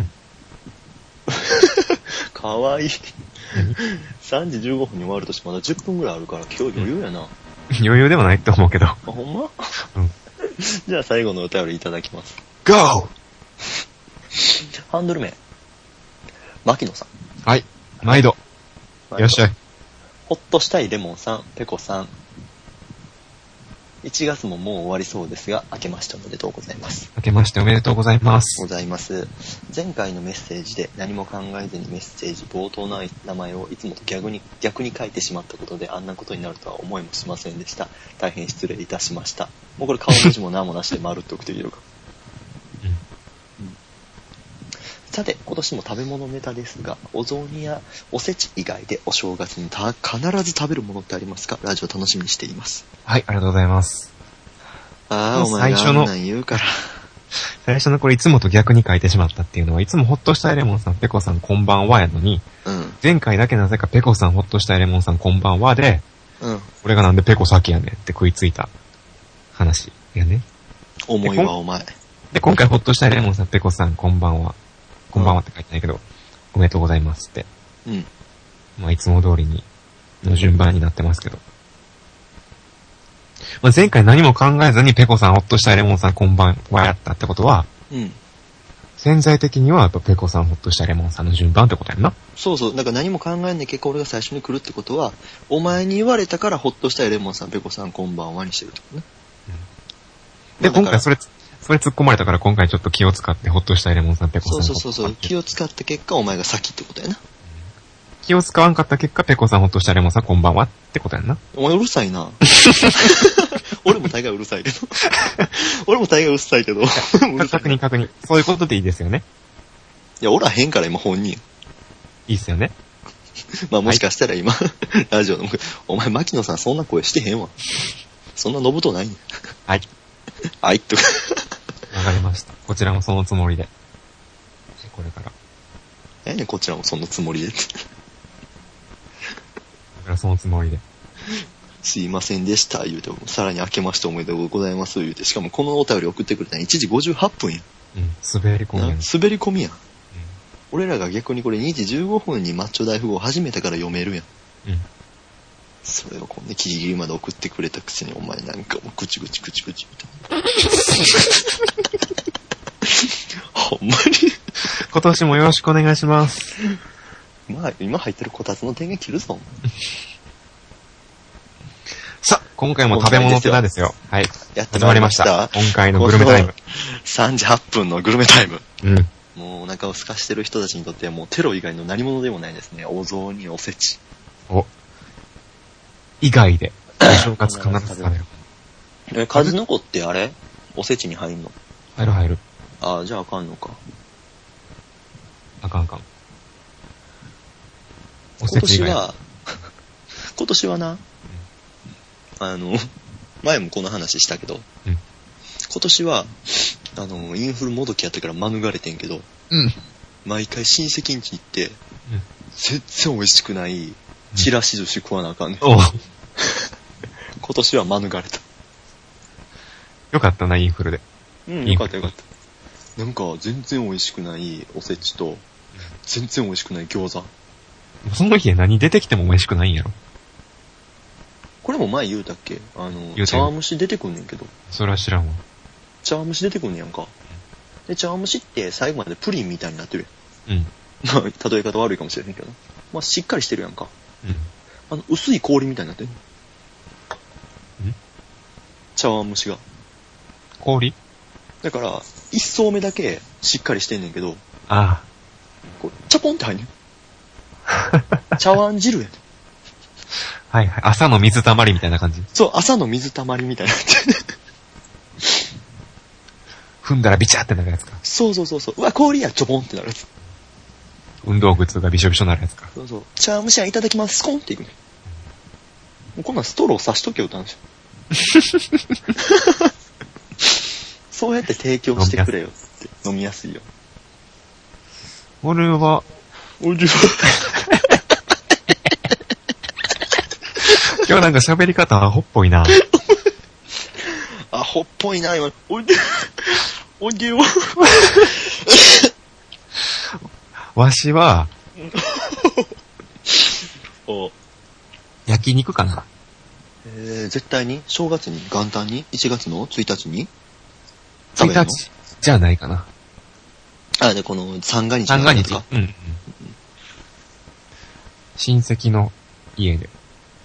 かわいい。3時15分に終わるとしてまだ10分ぐらいあるから今日余裕やな。
余裕でもないと思うけど。
あ、ほんま？
うん。
じゃあ最後のお便りいただきます。
GO!
ハンドル名。牧野さん。
はい。毎度。いらっしゃい。
ほっとしたいレモンさん、ペコさん。1月ももう終わりそうですが、明けましておめでとうございます。
明けましておめでとうございます。
前回のメッセージで何も考えずにメッセージ冒頭の名前をいつもと逆に書いてしまったことであんなことになるとは思いもしませんでした。大変失礼いたしました。もうこれ顔文字も何もなしで丸って送っていいのか。さて、今年も食べ物ネタですが、お雑煮やおせち以外でお正月に必ず食べるものってありますか？ラジオ楽しみにしています。
はい、ありがとうございます。
ああ、お前があんなん言うから。
最初のこれいつもと逆に書いてしまったっていうのは、いつもほっとしたいレモンさん、ペコさんこんばんはやのに、
うん、
前回だけなぜかペコさんほっとしたいレモンさんこんばんはで、
うん、
俺がなんでペコ先やねんって食いついた話やね。
重いわ、お前。
で、今回ほっとしたいレモンさん、ペコさんこんばんは。こんばんはって書いてないけど、おめでとうございますって。
うん。
まあ、いつも通りに、の順番になってますけど。まあ、前回何も考えずにペコさん、ほっとしたいレモンさん、こんばんはやったってことは、
うん。
潜在的には、やっぱペコさん、ほっとしたいレモンさんの順番ってことやんな。
そうそう。なんか何も考えんで結果俺が最初に来るってことは、お前に言われたからほっとしたいレモンさん、ペコさん、こんばんはにしてるってことね。
うん。で、今回それ突っ込まれたから今回ちょっと気を使ってほっとしたいレモンさん、ペコさん。
そう。気を使った結果、お前が先ってことやな。
気を使わんかった結果、ペコさん、ほっとしたいレモンさん、こんばんはってことやんな。
お前うるさいな。俺も大概うるさいけど。
確認。そういうことでいいですよね。
いや、おらへんから今本人。
いいっすよね。
まあもしかしたら今、ラジオの、お前牧野さんそんな声してへんわ。そんなのぶとないね。
はい。
はい、とか。
わかりました。こちらもそのつもりで。これから。
こちらもそのつもりで。こ
れからそのつもりで。
すいませんでした、言うて、さらに明けましておめでとうございます、言うて。しかもこのお便り送ってくれたの1時58分やん。
うん、滑り込みやん。
滑り込みやん。うん、俺らが逆にこれ2時15分にマッチョ大富豪始めたから読めるやん。うん。それをこんなギリギリまで送ってくれたくせにお前なんかもうぐちぐちみたいな。ほんまに。
今年もよろしくお願いします。
まあ、今入ってるこたつの電源切るぞ。
さあ、今回も食べ物ネタですよ。はい。
やってまいりました。
今回のグルメタイム。
3時8分のグルメタイム。
うん。
もうお腹を空かしてる人たちにとってはもうテロ以外の何物でもないですね。お雑煮、おせち。
お。以外で、お正月必ず食べる。
数の子ってあれおせちに入んの？
入る。
ああ、じゃああかんのか。
あかん。
今年はな、前もこの話したけど、うん、今年は、インフルもどきやったから免れてんけど、
うん、
毎回親戚ん家行って、うん、全然美味しくないちらし寿司食わなあかんねん。今年は免れた。
よかったな、インフルで。
うん、よかった。なんか、全然美味しくないおせちと、全然美味しくない餃子。
その日何出てきても美味しくないんやろ。
これも前言うたっけ？茶碗蒸し出てくんねんけど。
それは知らんわ。
茶碗蒸し出てくんねやんか。 で、茶碗蒸しって最後までプリンみたいになってる
やん。うん。
まあ、例え方悪いかもしれへんけど。まあ、しっかりしてるやんか。
うん。
薄い氷みたいになってる。茶碗蒸しが。
氷？
だから、一層目だけしっかりしてんねんけど、
ああ。
こう、チャポンって入んねん。茶碗汁やねん。
はいはい。朝の水たまりみたいな感じ。
そう、朝の水たまりみたいになってる。
踏んだらビチャーってなるやつか。
そうそうそうそう。うわ、氷や、ちょぼんってなるやつ。
運動靴がびしょびしょなるやつか。
そうそう。茶碗蒸しはいただきます。スコンっていくねん。もうこんなんストロー刺しとけよって話。そうやって提供してくれよって飲みやすいよ。
俺は今日なんか喋り方アホっぽいな。
アホっぽいな、今。おいでよ。
わしは、
お
焼肉かな。
絶対に正月に元旦に1月の1日に
1日じゃないかな。
あ、で、この三が日
三が日。うん。親戚の家で。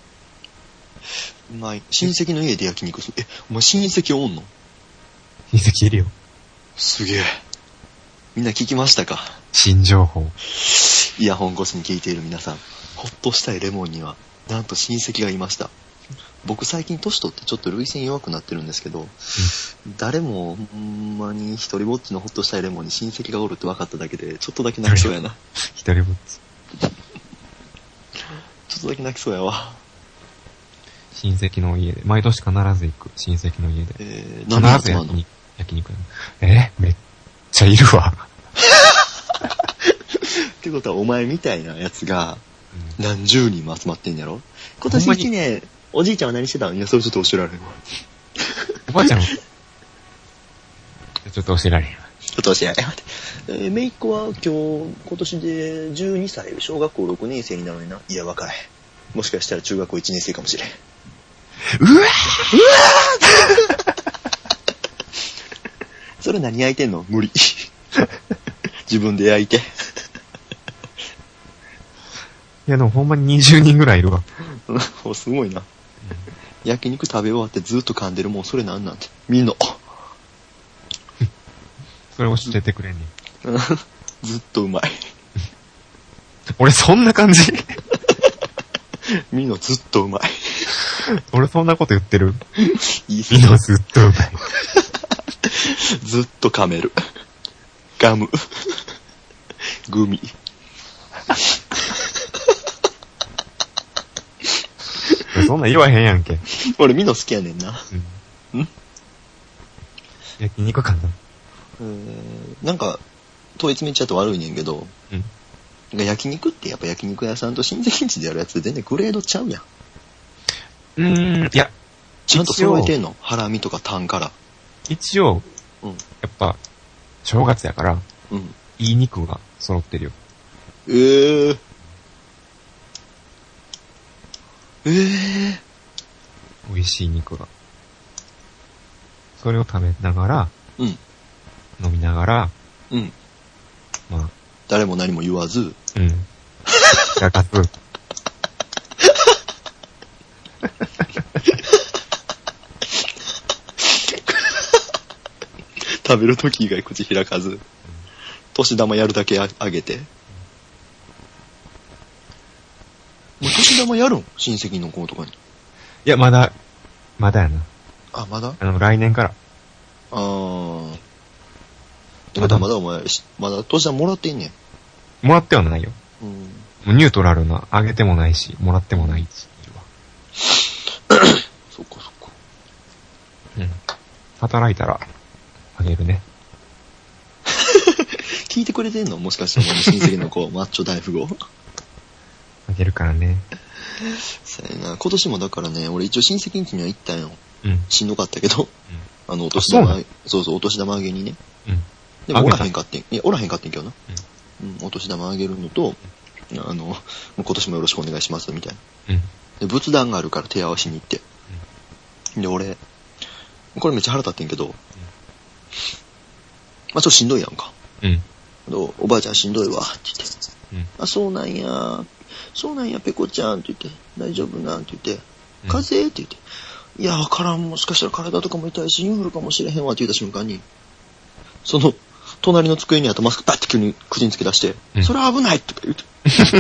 まあ、親戚の家で焼肉する。お前親戚おんの？
親戚いるよ。
すげえ。みんな聞きましたか？
新情報。
イヤホン越しに聞いている皆さん、ほっとしたいレモンには、なんと親戚がいました。僕最近年取ってちょっと涙腺弱くなってるんですけど、誰もほんまに一人ぼっちのほっとしたいレモンに親戚がおるって分かっただけで、ちょっとだけ泣きそうやな。
一人ぼっち。
ちょっとだけ泣きそうやわ。
親戚の家で。毎年必ず行く。親戚の家で。
必
ず焼肉。めっちゃいるわ。
ってことはお前みたいなやつが何十人も集まってんやろ？今年1年、おじいちゃんは何してたん？いや、それちょっと教えられんわ。
おばあちゃんちょっと教えられんわ。
ちょっと教えられんわ。めいっ子は今年で12歳、小学校6年生になるのにな。いや、若い。もしかしたら中学校1年生かもしれん。
うわ
それ何焼いてんの？無理。自分で焼いて。
いやでもほんまに20人ぐらいいるわ。
すごいな。焼肉食べ終わってずっと噛んでるもん、それなんなんて。見んの。
それ教えてくれんねん。
ずっとうまい。
俺そんな感じ？
見んのずっとうまい。
俺そんなこと言ってる？
いいっす
ね。見んのずっとうまい。
ずっと噛める。ガム。グミ。
そんなん言わへんやんけ。
俺ミノ好きやねんな。
焼肉かな。
なんか、統一めっちゃと悪いねんけど、焼肉ってやっぱ焼肉屋さんと親戚んちでやるやつで全然グレードちゃうやん。
いや。
ちゃんと揃えてんの？ハラミとかタンから。
一応、やっぱ、正月やから、いい肉が揃ってるよ。美味しい肉が。それを食べながら、飲みながら、まあ。
誰も何も言わず、
やかす。
食べるとき以外口開かず、年玉やるだけあげて。もう年玉やるん？親戚の子とかに。
いや、まだやな。
あ、まだ？
来年から。
ってことはまだお前、まだ年玉もらってんねん。
もらってはないよ。もうニュートラルな、あげてもないし、もらってもないし。
そっかそっか。
働いたら、あげるね。
聞いてくれてんの？もしかしてお前の親戚の子、マッチョ大富豪。
あげるからね。
そうやな。今年もだからね、俺一応親戚ん家には行ったんよ。しんどかったけど。お年玉、お年玉あげにね。でもおらへんかってん。いや、おらへんかってんけどな。お年玉あげるのと、今年もよろしくお願いします、みたいな。で、仏壇があるから手合わしに行って。で、俺、これめっちゃ腹立ってんけど、 まあちょっとしんどいやんか。
うん。
おばあちゃんしんどいわ、って言って。
うん。
あ、そうなんや、ペコちゃん、って言って。大丈夫なん、って言って。風邪って言って。いや、わからん、もしかしたら体とかも痛いし、インフルかもしれへんわ、って言った瞬間に、その、隣の机にあったマスクパッて急に口につけ出して、それは危ないとか言うて。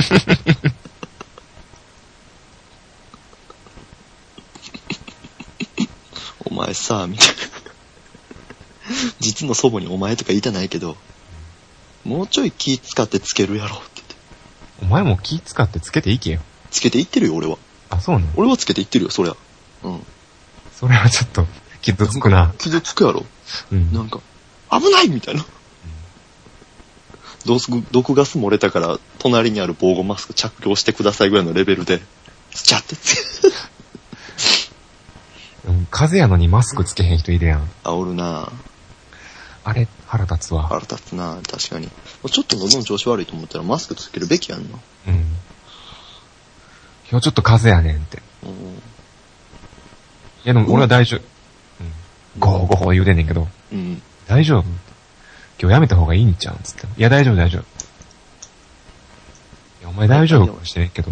お前さ、みたいな。実の祖母にお前とか言いたないけど、もうちょい気使ってつけるやろって言って。
お前も気使ってつけていけよ。
つけていってるよ、俺は。
あ、そうなの？
俺はつけていってるよ、そりゃ。うん。
それはちょっと、傷つくな。
傷つくやろ。
うん。
なんか、危ないみたいな。毒ガス漏れたから、隣にある防護マスク着用してくださいぐらいのレベルで、スチャって
風邪やのにマスクつけへん人いるやん。
あ、おるな。
あれ、腹立つわ。
腹立つな、確かに。ちょっと喉の調子悪いと思ったらマスクつけるべきやんな。
うん。今日ちょっと風邪やねんって。
うん。い
やでも俺は大丈夫。うん。ごほごほ言うてんねんけど。
うん。
大丈夫？今日やめた方がいいんちゃうんつって。いや大丈夫。いやお前大丈夫かもしれんけど。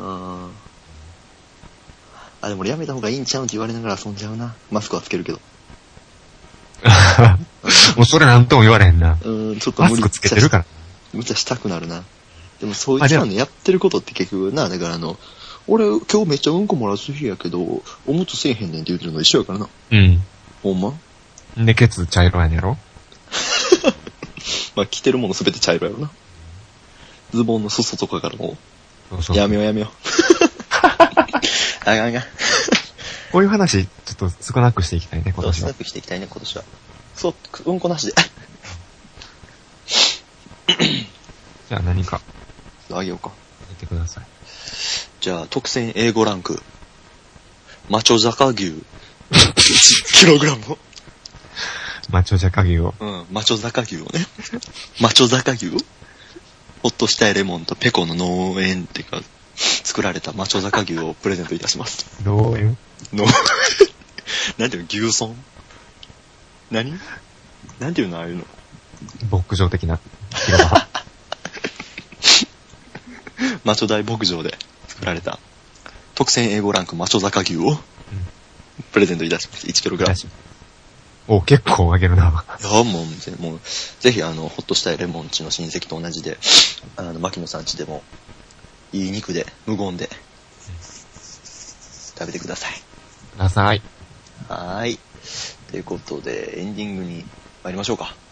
あ、でも俺やめた方がいいんちゃうんって言われながら遊んじゃうな。マスクはつけるけど。
もうそれなんとも言われへんな。
ちょっと
マスクつけてるから。
無茶したくなるな。でもそういったのやってることって結局な、だから俺今日めっちゃうんこ漏らす日やけど、おむつせえへんねんって言ってるの一緒やからな。
うん。
ほんま？
で、ケツ茶色やねやろ？
まあ着てるものすべて茶色やろな。ズボンの裾とかからも。そうやめよう。あかん。
こういう話、ちょっと少なくしていきたいね、今年は。
少なくしていきたいね、今年は。そう、うんこなしで。
じゃあ何か。
あげようか。
言ってください。
じゃあ、特選 A5 ランク。マチョ坂牛。1kg。
マチョ坂牛を。
うん、マチョ坂牛をね。マチョ坂牛を。ほっとしたいレモンとペコの農園っていうか、作られたマチョ坂牛をプレゼントいたします。
農園？
なんていうの？牛村？何？なんていうの？ああいうの。
牧場的な。
マチョ大牧場で作られた特選 A5 ランクマチョ坂牛をプレゼントいたします。1kg。
お、結構あげるな。
いや、もう、ぜひ、ほっとしたいレモンちの親戚と同じで、牧野さんちでも、いい肉で、無言で、食べてください。
は
ーい。ということで、エンディングに参りましょうか。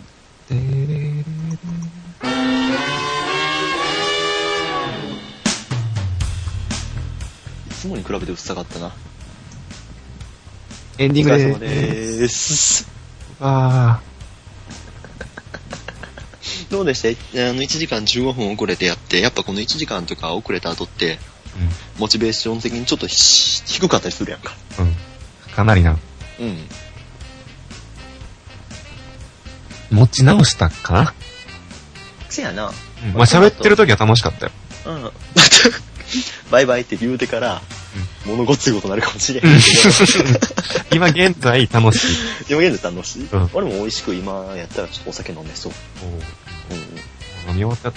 いつもに比べてうっさかったな。
エンディング
でーす。どうでした？1時間15分遅れてやって、やっぱこの1時間とか遅れた後って、モチベーション的にちょっと低かったりするやんか。
うん。かなりな。
うん。
持ち直したかな？
せやな。
まあ喋ってる時は楽しかったよ。
うん。バイバイって言うてから、物ごっついことになるかもしれへんけど。
今現在楽しい。
今現在楽しい、俺も美味しく今やったらちょっとお酒飲めそう。
飲み終わっちゃった。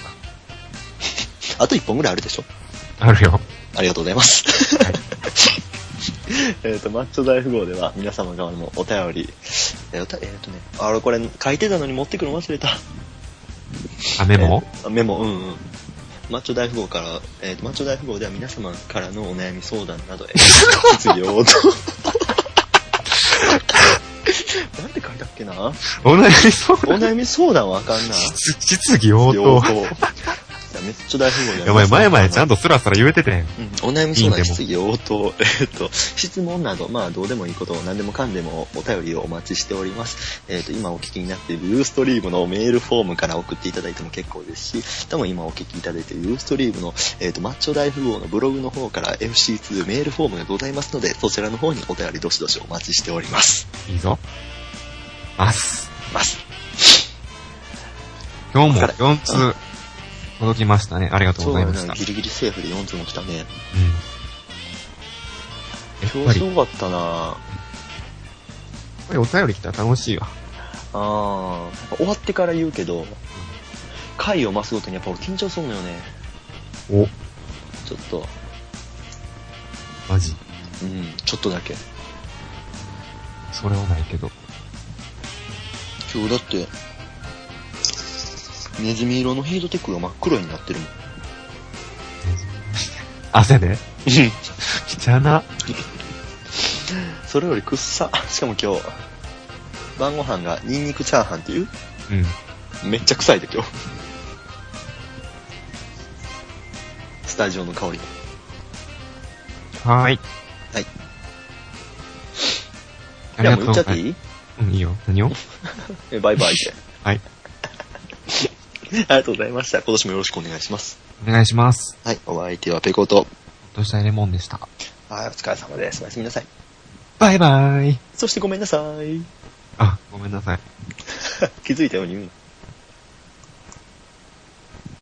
あと1本ぐらいあるでしょ？
あるよ。
ありがとうございます。はい、マッチョ大富豪では皆様からのお便り、これ書いてたのに持ってくるの忘れた。
メモ？
メモ、マッチョ大富豪から、マッチョ大富豪では皆様からのお悩み相談など、質疑応答。なんて書いたっけな？お悩み相談はあかんな。
質疑応答。
めっちゃ大富豪で。
お前前ちゃんとスラスラ言えててん。
お悩み相談、質疑応答、質問など、まあどうでもいいこと、何でもかんでもお便りをお待ちしております。今お聞きになっているユーストリームのメールフォームから送っていただいても結構ですし、多分今お聞きいただいているユーストリームの、マッチョ大富豪のブログの方から FC2 メールフォームがございますので、そちらの方にお便りどしどしお待ちしております。
いいぞ。ます。今日も4通届きましたね。ありがとうございました。
ギリギリセーフで4通も来たね。
うん。
今日すごかったなぁ。
やっぱりお便り来たら楽しいわ。
終わってから言うけど、回を増すごとにやっぱ俺緊張するのよね。
お。
ちょっと。
マジ？
うん、ちょっとだけ。
それはないけど。
今日だって、ネズミ色のヒートテックが真っ黒になってるもん。
汗で？汚な。
それよりくっさ。しかも今日、晩ご飯がニンニクチャーハンっていう？うん。めっちゃ臭いで今日。スタジオの香りが。
はーい。
はい。
ありがとう。
じゃあもう言っちゃっていい？
うん、いいよ。何を？
バイバイって。
はい。
ありがとうございました。今年もよろしくお願いします。
お願いします。
はい。お相手はペコと。
どうしたレモンでした。
はい、お疲れ様です。おやすみなさい。
バイバイ。
そしてごめんなさい。
あ、ごめんなさい。
気づいたように言うの。